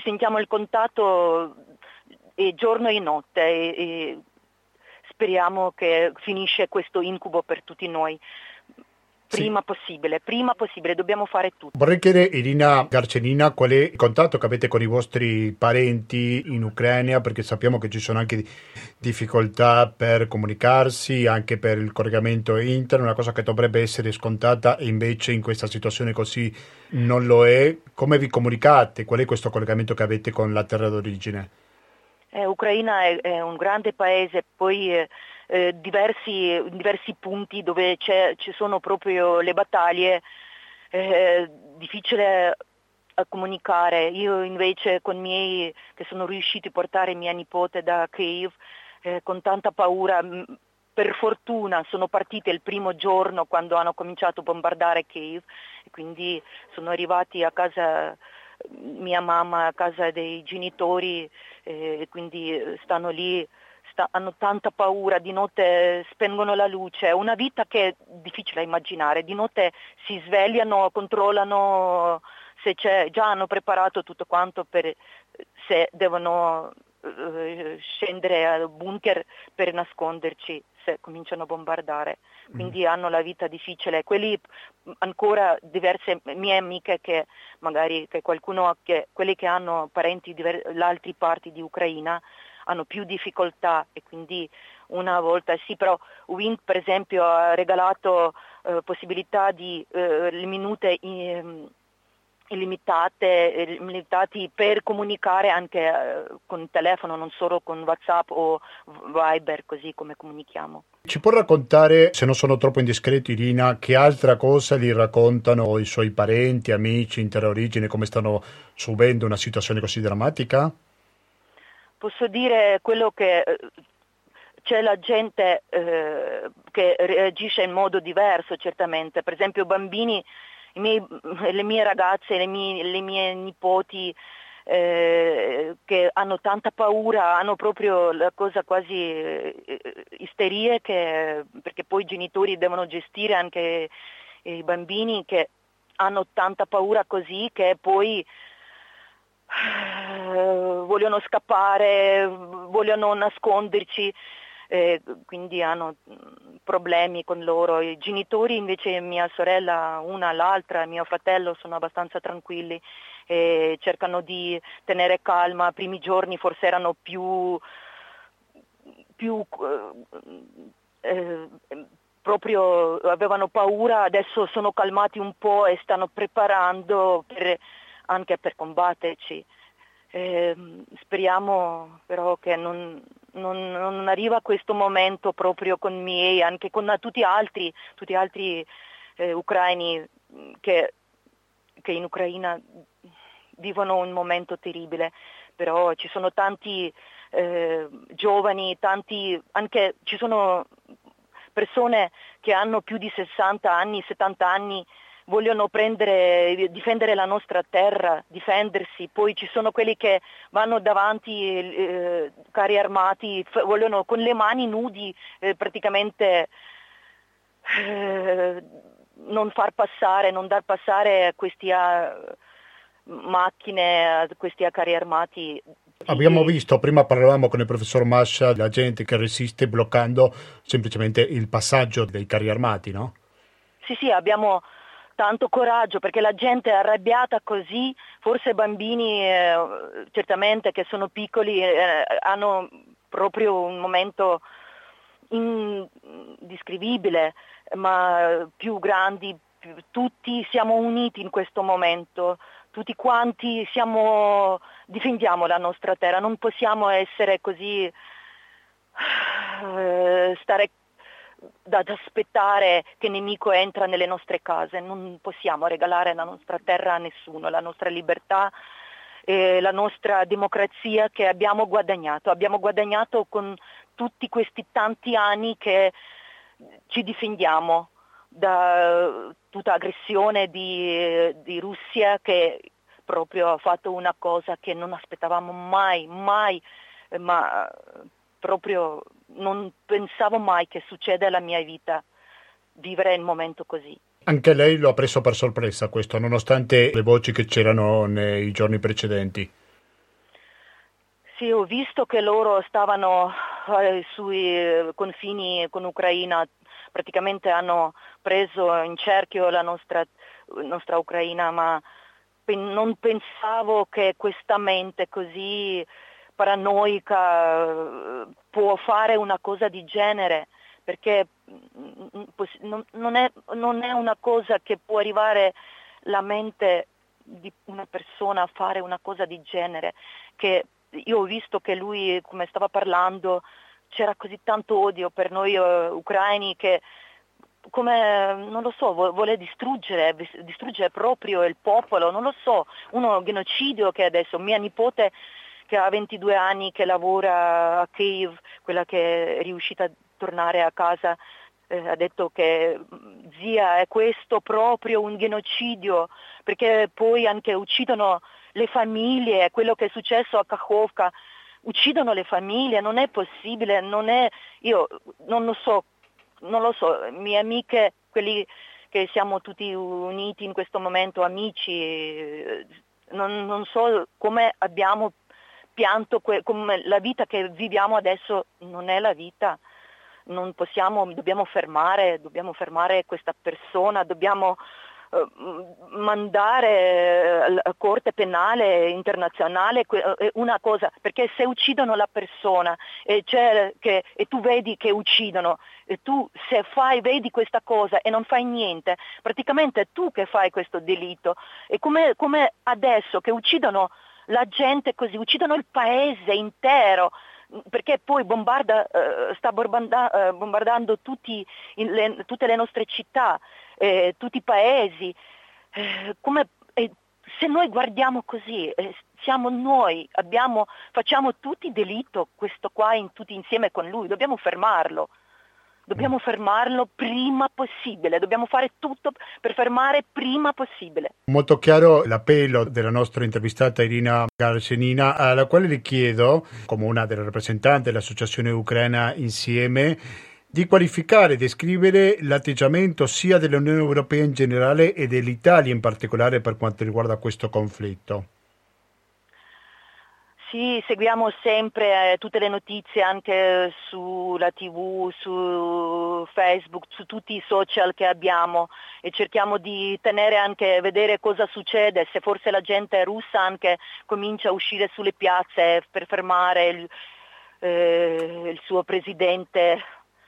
e giorno e notte e speriamo che finisce questo incubo per tutti noi. Prima possibile, dobbiamo fare tutto. Vorrei chiedere, Irina Garcenina, qual è il contatto che avete con i vostri parenti in Ucraina, perché sappiamo che ci sono anche difficoltà per comunicarsi, anche per il collegamento interno, una cosa che dovrebbe essere scontata e invece in questa situazione così non lo è. Come vi comunicate? Qual è questo collegamento che avete con la terra d'origine? Ucraina è un grande paese, poi diversi punti dove ci sono proprio le battaglie, difficile a comunicare. Io invece con miei che sono riusciti a portare mia nipote da Kiev con tanta paura, per fortuna sono partite il primo giorno quando hanno cominciato a bombardare Kiev e quindi sono arrivati a casa mia mamma, a casa dei genitori e quindi stanno lì. Hanno tanta paura, di notte spengono la luce, è una vita che è difficile da immaginare, di notte si svegliano, controllano se c'è, già hanno preparato tutto quanto per se devono scendere al bunker per nasconderci se cominciano a bombardare, quindi hanno la vita difficile. Quelli ancora diverse mie amiche che magari quelli che hanno parenti di altre parti di Ucraina hanno più difficoltà e quindi una volta sì, però Wind per esempio ha regalato possibilità di minute illimitati per comunicare anche con il telefono, non solo con WhatsApp o Viber, così come comunichiamo. Ci può raccontare, se non sono troppo indiscreto, Irina, che altra cosa gli raccontano i suoi parenti, amici in terra origine, come stanno subendo una situazione così drammatica? Posso dire quello che c'è la gente che reagisce in modo diverso certamente, per esempio bambini, le mie ragazze, le mie nipoti che hanno tanta paura, hanno proprio la cosa quasi isterie, perché poi i genitori devono gestire anche i bambini che hanno tanta paura così che poi vogliono scappare, vogliono nasconderci, quindi hanno problemi con loro. I genitori invece, mia sorella, una l'altra, mio fratello, sono abbastanza tranquilli e cercano di tenere calma. I primi giorni forse erano più proprio avevano paura, adesso sono calmati un po' e stanno preparando anche per combatterci. Speriamo però che non arriva questo momento proprio con miei, anche con tutti altri ucraini che in Ucraina vivono un momento terribile, però ci sono tanti giovani, anche ci sono persone che hanno più di 60 anni, 70 anni, vogliono difendere la nostra terra, difendersi. Poi ci sono quelli che vanno davanti, carri armati, vogliono con le mani nudi praticamente non dar passare questi macchine, questi carri armati. Abbiamo visto, prima parlavamo con il professor Mascia, la gente che resiste bloccando semplicemente il passaggio dei carri armati, no? Sì, abbiamo tanto coraggio perché la gente è arrabbiata così, forse bambini certamente che sono piccoli hanno proprio un momento indescrivibile, ma più grandi, tutti siamo uniti in questo momento, tutti quanti difendiamo la nostra terra, non possiamo essere così, stare ad aspettare che il nemico entra nelle nostre case, non possiamo regalare la nostra terra a nessuno, la nostra libertà e la nostra democrazia che abbiamo guadagnato con tutti questi tanti anni che ci difendiamo da tutta aggressione di Russia, che proprio ha fatto una cosa che non aspettavamo mai, ma proprio non pensavo mai che succeda alla mia vita vivere un momento così. Anche lei lo ha preso per sorpresa questo, nonostante le voci che c'erano nei giorni precedenti. Sì, ho visto che loro stavano sui confini con Ucraina, praticamente hanno preso in cerchio la nostra Ucraina, ma non pensavo che questa mente così paranoica può fare una cosa di genere, perché non è una cosa che può arrivare la mente di una persona a fare una cosa di genere, che io ho visto che lui, come stava parlando, c'era così tanto odio per noi ucraini che, come, non lo so, vuole distruggere proprio il popolo, non lo so, uno genocidio che adesso, mia nipote che ha 22 anni, che lavora a Kiev, quella che è riuscita a tornare a casa, ha detto che zia, è questo proprio un genocidio, perché poi anche uccidono le famiglie, quello che è successo a Kakhovka, uccidono le famiglie, non è possibile, io non lo so, mie amiche, quelli che siamo tutti uniti in questo momento, amici, non so come abbiamo pianto, come la vita che viviamo adesso non è la vita, non possiamo, dobbiamo fermare questa persona, dobbiamo mandare alla Corte Penale Internazionale una cosa, perché se uccidono la persona e tu vedi che uccidono, e tu se vedi questa cosa e non fai niente, praticamente è tu che fai questo delitto. E come adesso che uccidono la gente così, uccidono il paese intero, perché poi sta bombardando tutte le nostre città, tutti i paesi. Se noi guardiamo così, siamo noi, facciamo tutti delitto, questo qua tutti insieme con lui, dobbiamo fermarlo. Dobbiamo fermarlo prima possibile, dobbiamo fare tutto per fermare prima possibile. Molto chiaro l'appello della nostra intervistata Irina Garsenina, alla quale le chiedo, come una delle rappresentanti dell'Associazione Ucraina Insieme, di qualificare e descrivere l'atteggiamento sia dell'Unione Europea in generale e dell'Italia in particolare per quanto riguarda questo conflitto. Sì, seguiamo sempre tutte le notizie anche sulla TV, su Facebook, su tutti i social che abbiamo e cerchiamo di tenere anche, vedere cosa succede, se forse la gente russa anche comincia a uscire sulle piazze per fermare il suo presidente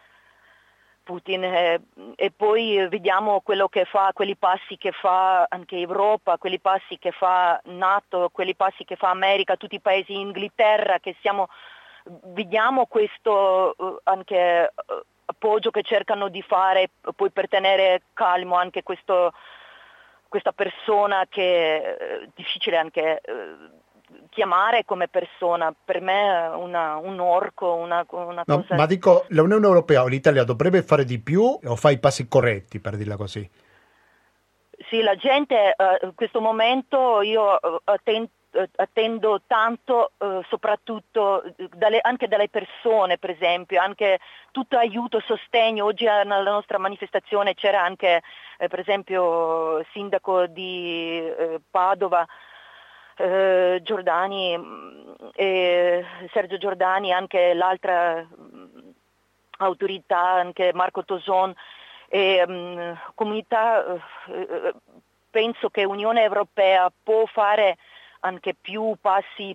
Putin e poi vediamo quello che fa, quelli passi che fa anche Europa, quelli passi che fa NATO, quelli passi che fa America, tutti i paesi, Inghilterra, vediamo questo anche appoggio che cercano di fare poi per tenere calmo anche questa persona che è difficile anche chiamare come persona, per me è un orco, una No, cosa. ma dico, l'Unione Europea o l'Italia dovrebbe fare di più o fa i passi corretti, per dirla così? Sì, la gente in questo momento io attendo tanto, soprattutto anche dalle persone, per esempio, anche tutto aiuto, sostegno. Oggi nella nostra manifestazione c'era anche per esempio il sindaco di Padova, Giordani, Sergio Giordani, anche l'altra autorità, anche Marco Toson, e comunità. Penso che l'Unione Europea può fare anche più passi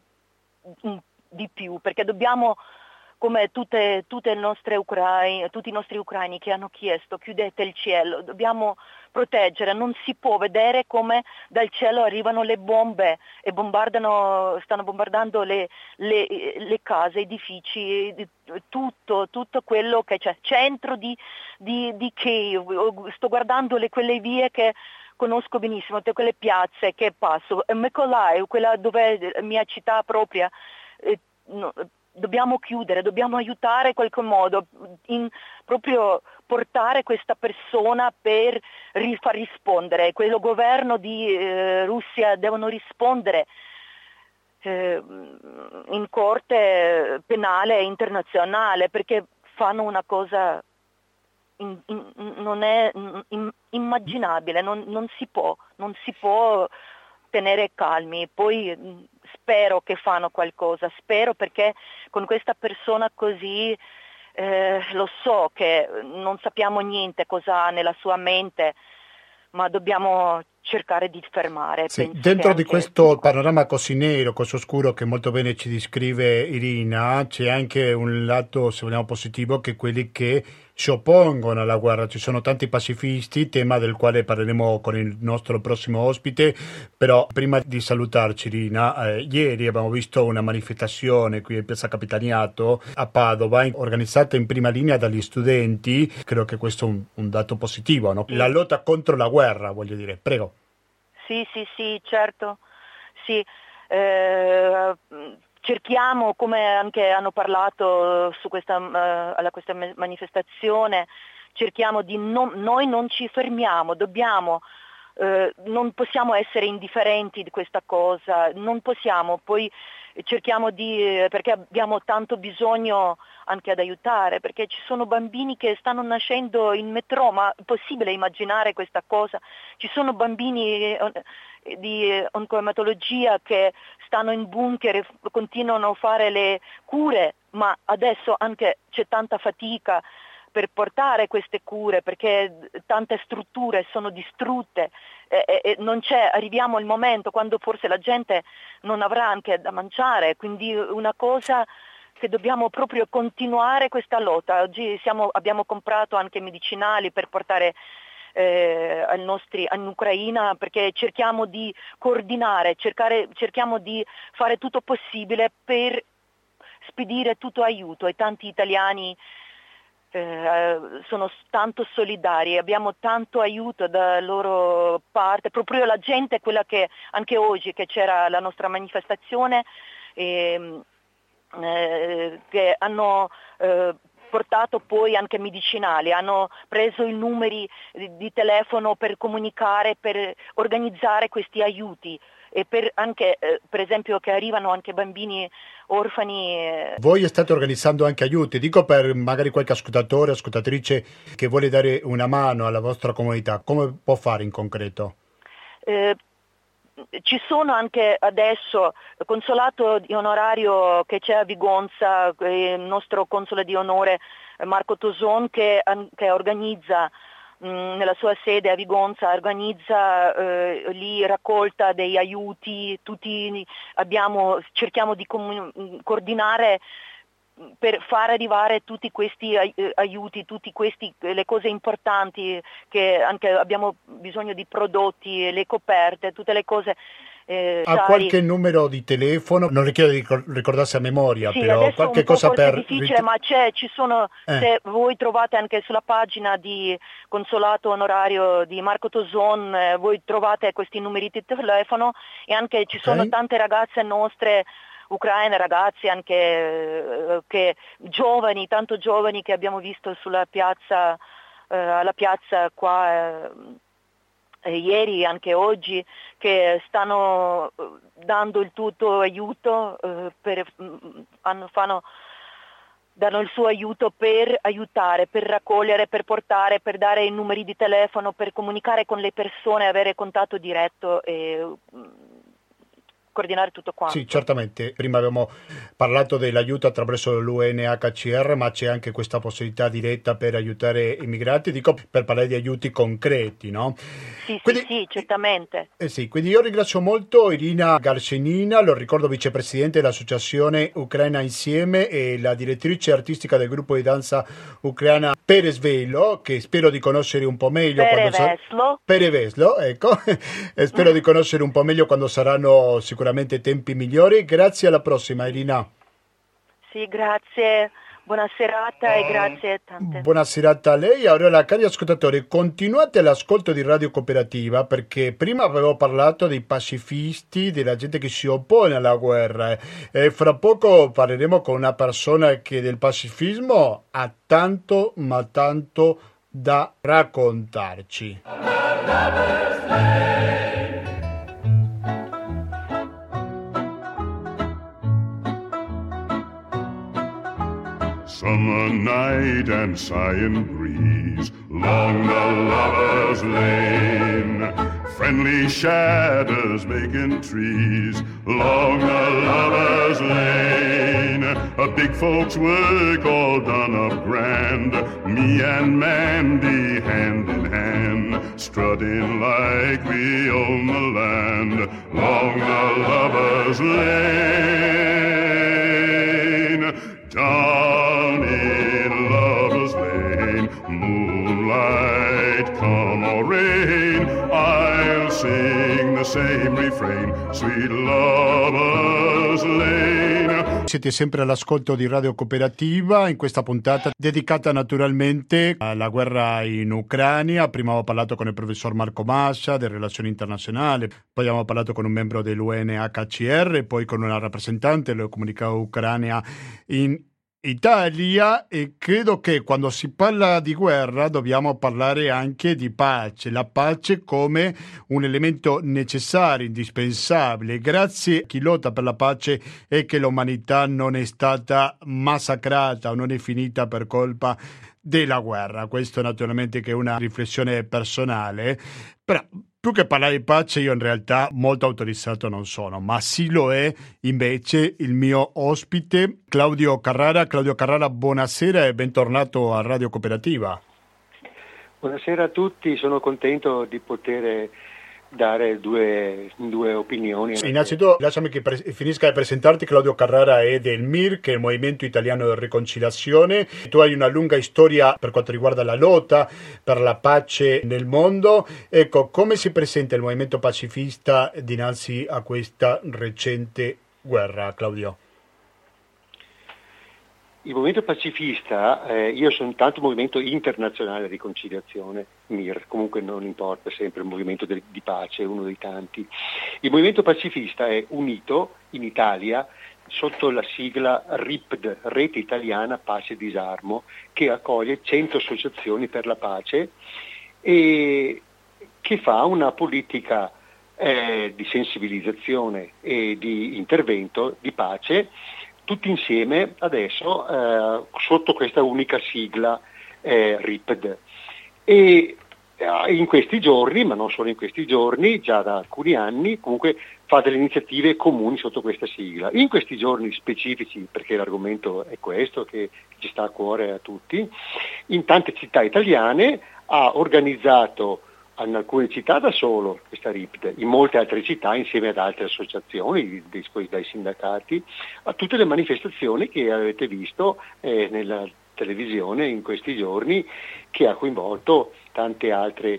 di più, perché dobbiamo, come tutte le nostre tutti i nostri ucraini che hanno chiesto, chiudete il cielo, dobbiamo proteggere, non si può vedere come dal cielo arrivano le bombe e stanno bombardando le case, edifici, tutto quello che c'è, centro di Kiev. Sto guardando quelle vie che conosco benissimo, quelle piazze che passo, Mykolaiv, quella dove è la mia città propria, dobbiamo chiudere, dobbiamo aiutare in qualche modo, proprio portare questa persona per far rispondere. Quello governo di Russia devono rispondere in corte penale internazionale, perché fanno una cosa non è immaginabile, non si può tenere calmi. Poi spero che fanno qualcosa, spero, perché con questa persona così lo so che non sappiamo niente cosa ha nella sua mente, ma dobbiamo cercare di fermare. Sì, Penso dentro di anche questo panorama così nero, così oscuro che molto bene ci descrive Irina, c'è anche un lato, se vogliamo, positivo, che quelli che si oppongono alla guerra. Ci sono tanti pacifisti, tema del quale parleremo con il nostro prossimo ospite, però prima di salutarci Irina, ieri abbiamo visto una manifestazione qui in Piazza Capitaniato a Padova, organizzata in prima linea dagli studenti. Credo che questo è un dato positivo, no? La lotta contro la guerra, voglio dire. Prego. Sì, certo. Sì. Cerchiamo, come anche hanno parlato su questa manifestazione, cerchiamo di noi non ci fermiamo, non possiamo essere indifferenti di questa cosa, non possiamo, poi cerchiamo perché abbiamo tanto bisogno anche ad aiutare, perché ci sono bambini che stanno nascendo in metro, ma è possibile immaginare questa cosa? Ci sono bambini di oncoematologia che stanno in bunker, continuano a fare le cure, ma adesso anche c'è tanta fatica per portare queste cure, perché tante strutture sono distrutte e non c'è, arriviamo al momento quando forse la gente non avrà anche da mangiare, quindi una cosa che dobbiamo proprio continuare questa lotta. Oggi abbiamo comprato anche medicinali per portare in Ucraina, perché cerchiamo di coordinare, cerchiamo di fare tutto possibile per spedire tutto aiuto, e tanti italiani sono tanto solidari, abbiamo tanto aiuto da loro parte, proprio la gente, quella che anche oggi che c'era la nostra manifestazione, che hanno portato poi anche medicinali, hanno preso i numeri di telefono per comunicare, per organizzare questi aiuti e per anche per esempio che arrivano anche bambini orfani. Voi state organizzando anche aiuti, dico per magari qualche ascoltatore o ascoltatrice che vuole dare una mano alla vostra comunità, come può fare in concreto? Ci sono anche adesso il consolato di onorario che c'è a Vigonza, il nostro console di onore Marco Toson che organizza nella sua sede a Vigonza, organizza lì raccolta dei aiuti, cerchiamo di coordinare per far arrivare tutti questi aiuti, le cose importanti, che anche abbiamo bisogno di prodotti, le coperte, tutte le cose. Ha qualche numero di telefono? Non le chiedo di ricordarsi a memoria, sì, però qualche cosa per... È difficile, ma ci sono, se voi trovate anche sulla pagina di consolato onorario di Marco Toson, voi trovate questi numeri di telefono e anche ci sono tante ragazze nostre ucraine, ragazzi anche che giovani, tanto giovani che abbiamo visto sulla piazza, alla piazza qua ieri, anche oggi, che stanno dando il tutto aiuto, danno il suo aiuto per aiutare, per raccogliere, per portare, per dare i numeri di telefono, per comunicare con le persone, avere contatto diretto e coordinare tutto quanto. Sì, certamente. Prima abbiamo parlato dell'aiuto attraverso l'UNHCR, ma c'è anche questa possibilità diretta per aiutare i migranti, dico per parlare di aiuti concreti, no? Sì, quindi, sì, certamente. Sì, quindi io ringrazio molto Irina Garcenina, lo ricordo vicepresidente dell'associazione Ucraina Insieme e la direttrice artistica del gruppo di danza ucraina Pereveslo, che spero di conoscere un po' meglio. Pereveslo, ecco. E spero di conoscere un po' meglio quando saranno sicuramente tempi migliori. Grazie, alla prossima Irina. Sì, grazie. Buona serata e grazie tante. Buona serata a lei. Allora, cari ascoltatori, continuate l'ascolto di Radio Cooperativa, perché prima avevo parlato dei pacifisti, della gente che si oppone alla guerra, e fra poco parleremo con una persona che del pacifismo ha tanto, ma tanto da raccontarci. Summer night and sighing breeze along the lovers' lane, friendly shadows making trees along the lovers' lane. A big folks work all done up grand, me and Mandy hand in hand, strutting like we own the land along the lovers' lane. Down in Lover's Lane, moonlight, come or rain, I'll sing the same refrain, sweet Lover's Lane. Siete sempre all'ascolto di Radio Cooperativa, in questa puntata dedicata naturalmente alla guerra in Ucraina. Prima ho parlato con il professor Marco Mascia delle relazioni internazionali, poi abbiamo parlato con un membro dell'UNHCR, poi con una rappresentante della comunità ucraina in Italia, e credo che quando si parla di guerra dobbiamo parlare anche di pace, la pace come un elemento necessario, indispensabile. Grazie a chi lotta per la pace e che l'umanità non è stata massacrata o non è finita per colpa della guerra. Questo naturalmente che è una riflessione personale, però più che parlare di pace io in realtà molto autorizzato non sono, ma sì lo è invece il mio ospite Claudio Carrara. Claudio Carrara, buonasera e bentornato a Radio Cooperativa. Buonasera a tutti, sono contento di poter dare due opinioni. Sì, innanzitutto lasciami che finisca di presentarti. Claudio Carrara è del MIR, che è il Movimento Italiano di Riconciliazione. Tu hai una lunga storia per quanto riguarda la lotta per la pace nel mondo. Ecco, come si presenta il movimento pacifista dinanzi a questa recente guerra, Claudio? Il movimento pacifista, io sono intanto un movimento internazionale di riconciliazione, MIR, comunque non importa, sempre un movimento di pace, uno dei tanti. Il movimento pacifista è unito in Italia sotto la sigla RIPD, Rete Italiana Pace e Disarmo, che accoglie 100 associazioni per la pace e che fa una politica di sensibilizzazione e di intervento di pace, tutti insieme adesso sotto questa unica sigla RIPD. E in questi giorni, ma non solo in questi giorni, già da alcuni anni, comunque fa delle iniziative comuni sotto questa sigla. In questi giorni specifici, perché l'argomento è questo che ci sta a cuore a tutti, in tante città italiane ha organizzato, in alcune città da solo questa RIPD, in molte altre città insieme ad altre associazioni, dai sindacati, a tutte le manifestazioni che avete visto nella televisione in questi giorni, che ha coinvolto tante altre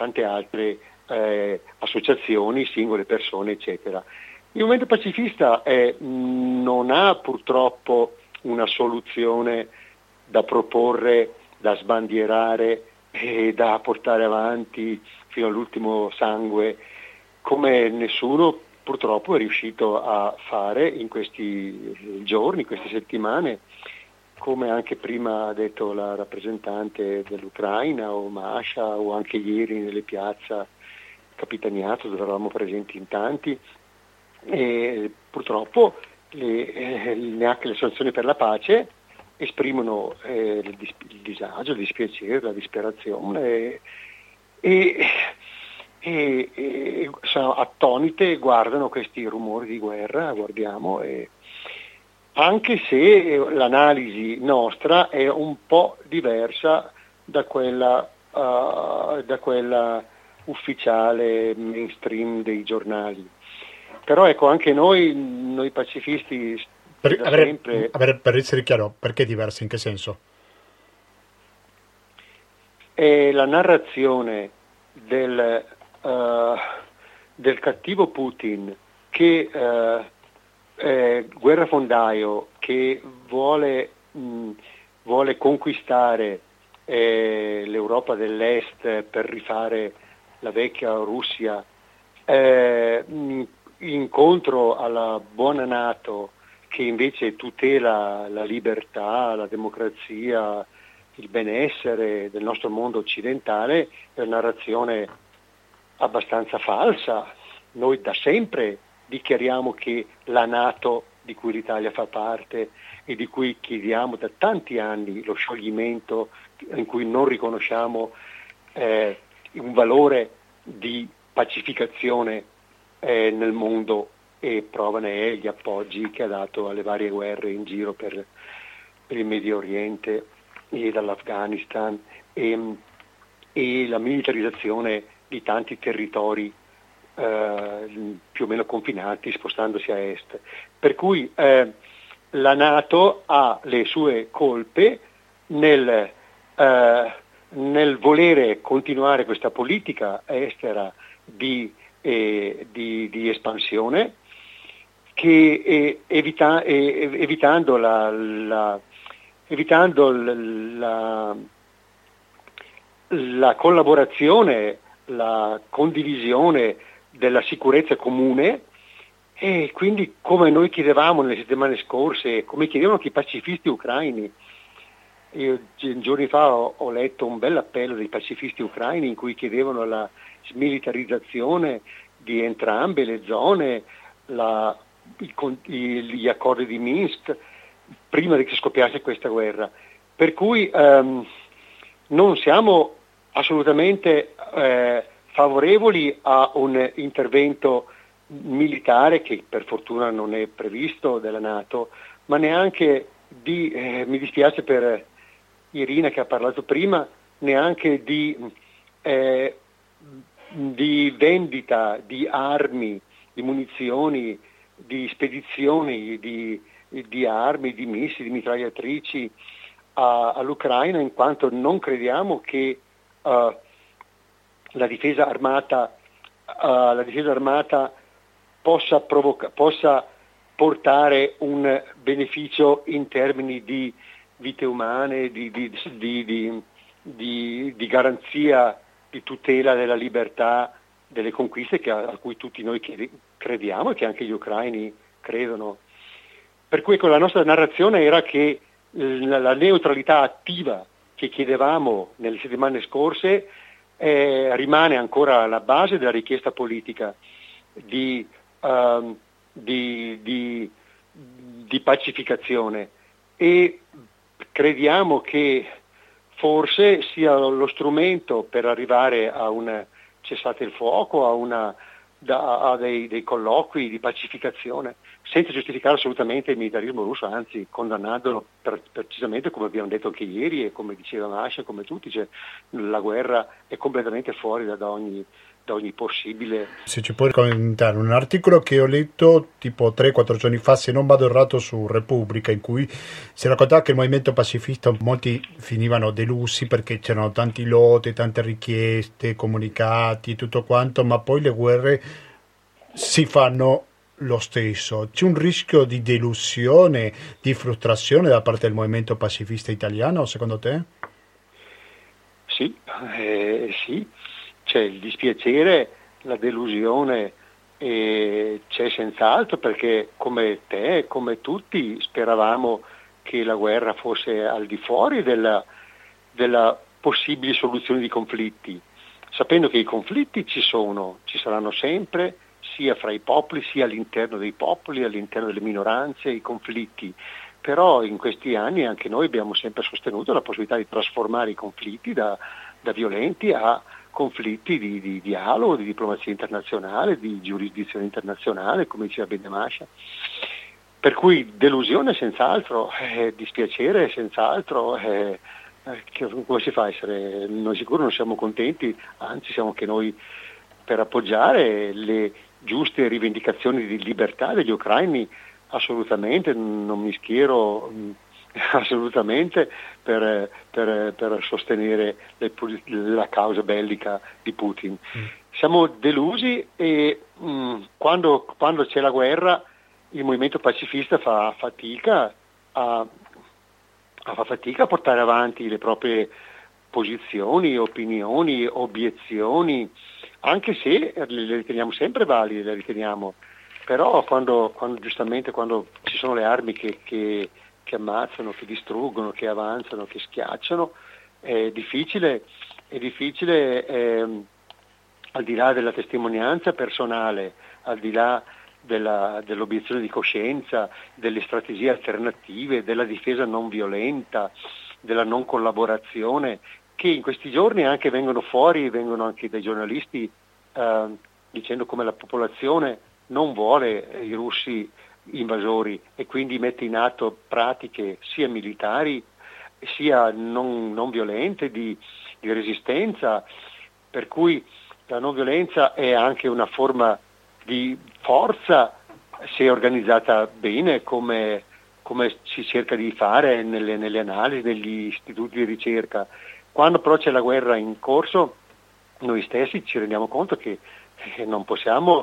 associazioni, singole persone, eccetera. Il movimento pacifista non ha purtroppo una soluzione da proporre, da sbandierare e da portare avanti fino all'ultimo sangue, come nessuno purtroppo è riuscito a fare in questi giorni, queste settimane, come anche prima ha detto la rappresentante dell'Ucraina o Masha, o anche ieri nelle piazze Capitaniato, dove eravamo presenti in tanti. E purtroppo neanche le associazioni per la pace esprimono il disagio, il dispiacere, la disperazione e sono attonite, guardano questi rumori di guerra, guardiamo, anche se l'analisi nostra è un po' diversa da quella ufficiale mainstream dei giornali. Però ecco, anche noi pacifisti per essere chiaro, perché diversa, in che senso? La narrazione del cattivo Putin che guerrafondaio, che vuole conquistare l'Europa dell'Est per rifare la vecchia Russia, incontro alla buona NATO che invece tutela la libertà, la democrazia, il benessere del nostro mondo occidentale, è una narrazione abbastanza falsa. Noi da sempre dichiariamo che la NATO, di cui l'Italia fa parte e di cui chiediamo da tanti anni lo scioglimento, in cui non riconosciamo un valore di pacificazione nel mondo, e prova ne è gli appoggi che ha dato alle varie guerre in giro per il Medio Oriente e dall'Afghanistan e la militarizzazione di tanti territori più o meno confinati, spostandosi a est. Per cui la NATO ha le sue colpe nel volere continuare questa politica estera di espansione, che evitando la collaborazione, la condivisione della sicurezza comune. E quindi, come noi chiedevamo nelle settimane scorse, come chiedevano anche i pacifisti ucraini, io giorni fa ho letto un bel appello dei pacifisti ucraini in cui chiedevano la smilitarizzazione di entrambe le zone, gli accordi di Minsk, prima che scoppiasse questa guerra. Per cui non siamo assolutamente favorevoli a un intervento militare, che per fortuna non è previsto dalla NATO, ma neanche mi dispiace per Irina che ha parlato prima, neanche di vendita di armi, di munizioni, di spedizioni di armi, di missili, di mitragliatrici all'Ucraina, in quanto non crediamo che la difesa armata possa portare un beneficio in termini di vite umane, di garanzia, di tutela della libertà, delle conquiste a cui tutti noi crediamo e che anche gli ucraini credono. Per cui la nostra narrazione era che la neutralità attiva che chiedevamo nelle settimane scorse rimane ancora alla base della richiesta politica di pacificazione, e crediamo che forse sia lo strumento per arrivare a un cessate il fuoco, a dei colloqui di pacificazione, senza giustificare assolutamente il militarismo russo, anzi condannandolo precisamente come abbiamo detto anche ieri e come diceva Masha, come tutti, cioè la guerra è completamente fuori da ogni possibile. Se ci puoi commentare un articolo che ho letto tipo 3-4 giorni fa, se non vado errato, su Repubblica, in cui si raccontava che il movimento pacifista molti finivano delusi perché c'erano tanti lotti, tante richieste, comunicati, tutto quanto, ma poi le guerre si fanno lo stesso. C'è un rischio di delusione, di frustrazione da parte del movimento pacifista italiano, secondo te? Sì, sì. C'è il dispiacere, la delusione, c'è senz'altro, perché come te, come tutti, speravamo che la guerra fosse al di fuori della possibile soluzione di conflitti, sapendo che i conflitti ci saranno sempre, sia fra i popoli, sia all'interno dei popoli, all'interno delle minoranze, i conflitti. Però in questi anni anche noi abbiamo sempre sostenuto la possibilità di trasformare i conflitti da violenti a conflitti di dialogo, di diplomazia internazionale, di giurisdizione internazionale, come diceva Benemascia. Per cui delusione senz'altro, dispiacere senz'altro, come si fa a essere? Noi sicuro non siamo contenti, anzi siamo anche noi per appoggiare le giuste rivendicazioni di libertà degli ucraini, assolutamente, non mi schiero assolutamente per sostenere la causa bellica di Putin. Siamo delusi e quando c'è la guerra il movimento pacifista fa fatica a portare avanti le proprie posizioni, opinioni, obiezioni, anche se le riteniamo sempre valide, le riteniamo, però quando giustamente quando ci sono le armi che ammazzano, che distruggono, che avanzano, che schiacciano, è difficile al di là della testimonianza personale, al di là dell'obiezione di coscienza, delle strategie alternative, della difesa non violenta, della non collaborazione, che in questi giorni anche vengono anche dai giornalisti dicendo come la popolazione non vuole i russi invasori e quindi mette in atto pratiche sia militari sia non violente di resistenza, per cui la non violenza è anche una forma di forza se organizzata bene, come si cerca di fare nelle analisi, negli istituti di ricerca. Quando però c'è la guerra in corso, noi stessi ci rendiamo conto che non possiamo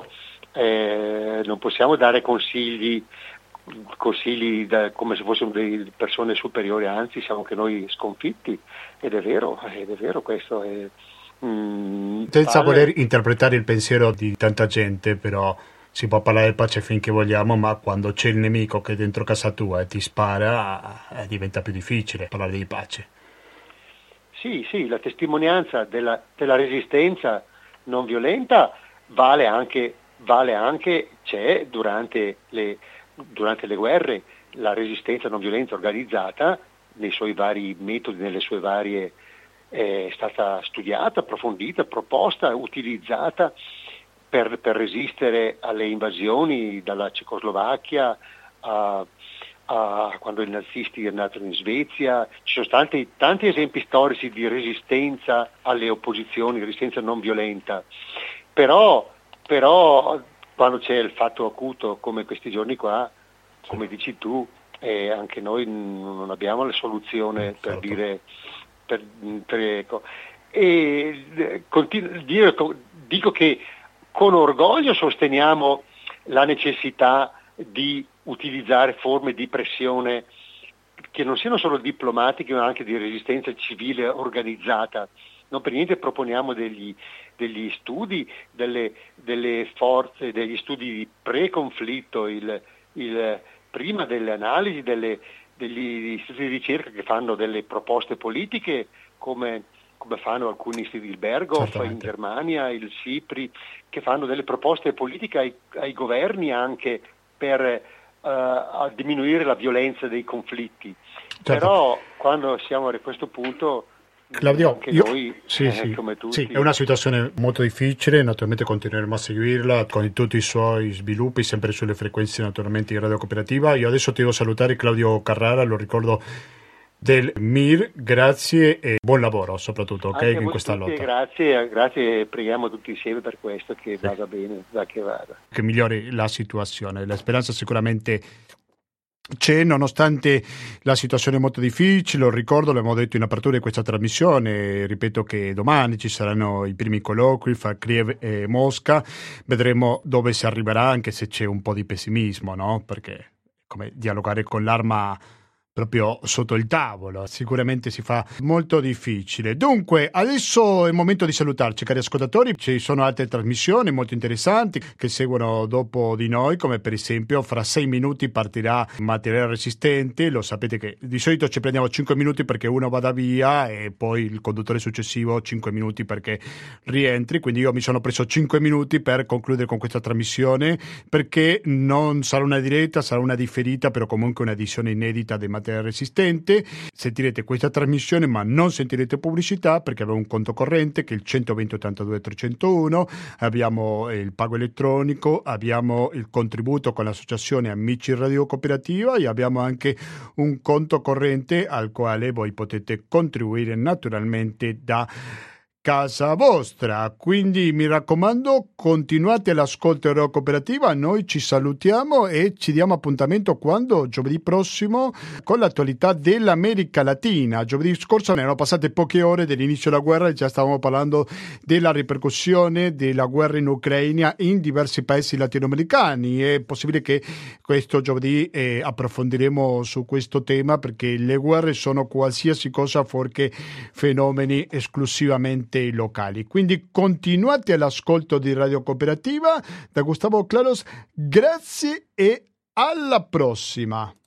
dare consigli come se fossimo delle persone superiori, anzi siamo anche noi sconfitti, ed è vero questo. Senza voler interpretare il pensiero di tanta gente, però si può parlare di pace finché vogliamo, ma quando c'è il nemico che è dentro casa tua e ti spara diventa più difficile parlare di pace. Sì, la testimonianza della resistenza non violenta vale anche, c'è durante le guerre, la resistenza non violenta organizzata nei suoi vari metodi, nelle sue varie, è stata studiata, approfondita, proposta, utilizzata per resistere alle invasioni dalla Cecoslovacchia a quando i nazisti andarono in Svezia. Ci sono tanti esempi storici di resistenza alle opposizioni, resistenza non violenta, però quando c'è il fatto acuto come questi giorni qua, come dici tu, anche noi non abbiamo la soluzione per dire ecco. E dico che con orgoglio sosteniamo la necessità di utilizzare forme di pressione che non siano solo diplomatiche ma anche di resistenza civile organizzata. Non per niente proponiamo degli studi, delle forze, degli studi di pre-conflitto, prima delle analisi degli istituti di ricerca che fanno delle proposte politiche come fanno alcuni istituti di Berghoff in Germania, il SIPRI, che fanno delle proposte politiche ai governi anche per a diminuire la violenza dei conflitti. Però quando siamo a questo punto, Claudio, anche noi, come tutti. Sì, è una situazione molto difficile, naturalmente continueremo a seguirla con tutti i suoi sviluppi, sempre sulle frequenze naturalmente di Radio Cooperativa. Io adesso ti devo salutare, Claudio Carrara, lo ricordo, del MIR, grazie e buon lavoro soprattutto, ok, in questa lotta. Grazie e preghiamo tutti insieme per questo, che vada bene, che vada. Che migliori la situazione, la speranza sicuramente c'è, nonostante la situazione è molto difficile. Lo ricordo, l'abbiamo detto in apertura di questa trasmissione, ripeto che domani ci saranno i primi colloqui fra Kiev e Mosca, vedremo dove si arriverà, anche se c'è un po' di pessimismo, no? Perché come dialogare con l'arma proprio sotto il tavolo, sicuramente si fa molto difficile. Dunque, adesso è il momento di salutarci, cari ascoltatori. Ci sono altre trasmissioni molto interessanti che seguono dopo di noi, come per esempio fra 6 minuti partirà Materiale Resistente. Lo sapete che di solito ci prendiamo 5 minuti perché uno vada via e poi il conduttore successivo 5 minuti perché rientri, quindi io mi sono preso 5 minuti per concludere con questa trasmissione, perché non sarà una diretta, sarà una differita, però comunque un'edizione inedita dei Materiale Resistente. Sentirete questa trasmissione ma non sentirete pubblicità, perché abbiamo un conto corrente che è il 120 82 301, abbiamo il pago elettronico, abbiamo il contributo con l'associazione Amici Radio Cooperativa e abbiamo anche un conto corrente al quale voi potete contribuire naturalmente da casa vostra. Quindi mi raccomando, continuate l'ascolto Radio Cooperativa, noi ci salutiamo e ci diamo appuntamento giovedì prossimo con l'attualità dell'America Latina. Giovedì scorso ne erano passate poche ore dall'inizio della guerra e già stavamo parlando della ripercussione della guerra in Ucraina in diversi paesi latinoamericani. È possibile che questo giovedì approfondiremo su questo tema, perché le guerre sono qualsiasi cosa fuorché fenomeni esclusivamente locali. Quindi continuate all'ascolto di Radio Cooperativa. Da Gustavo Claros, grazie e alla prossima.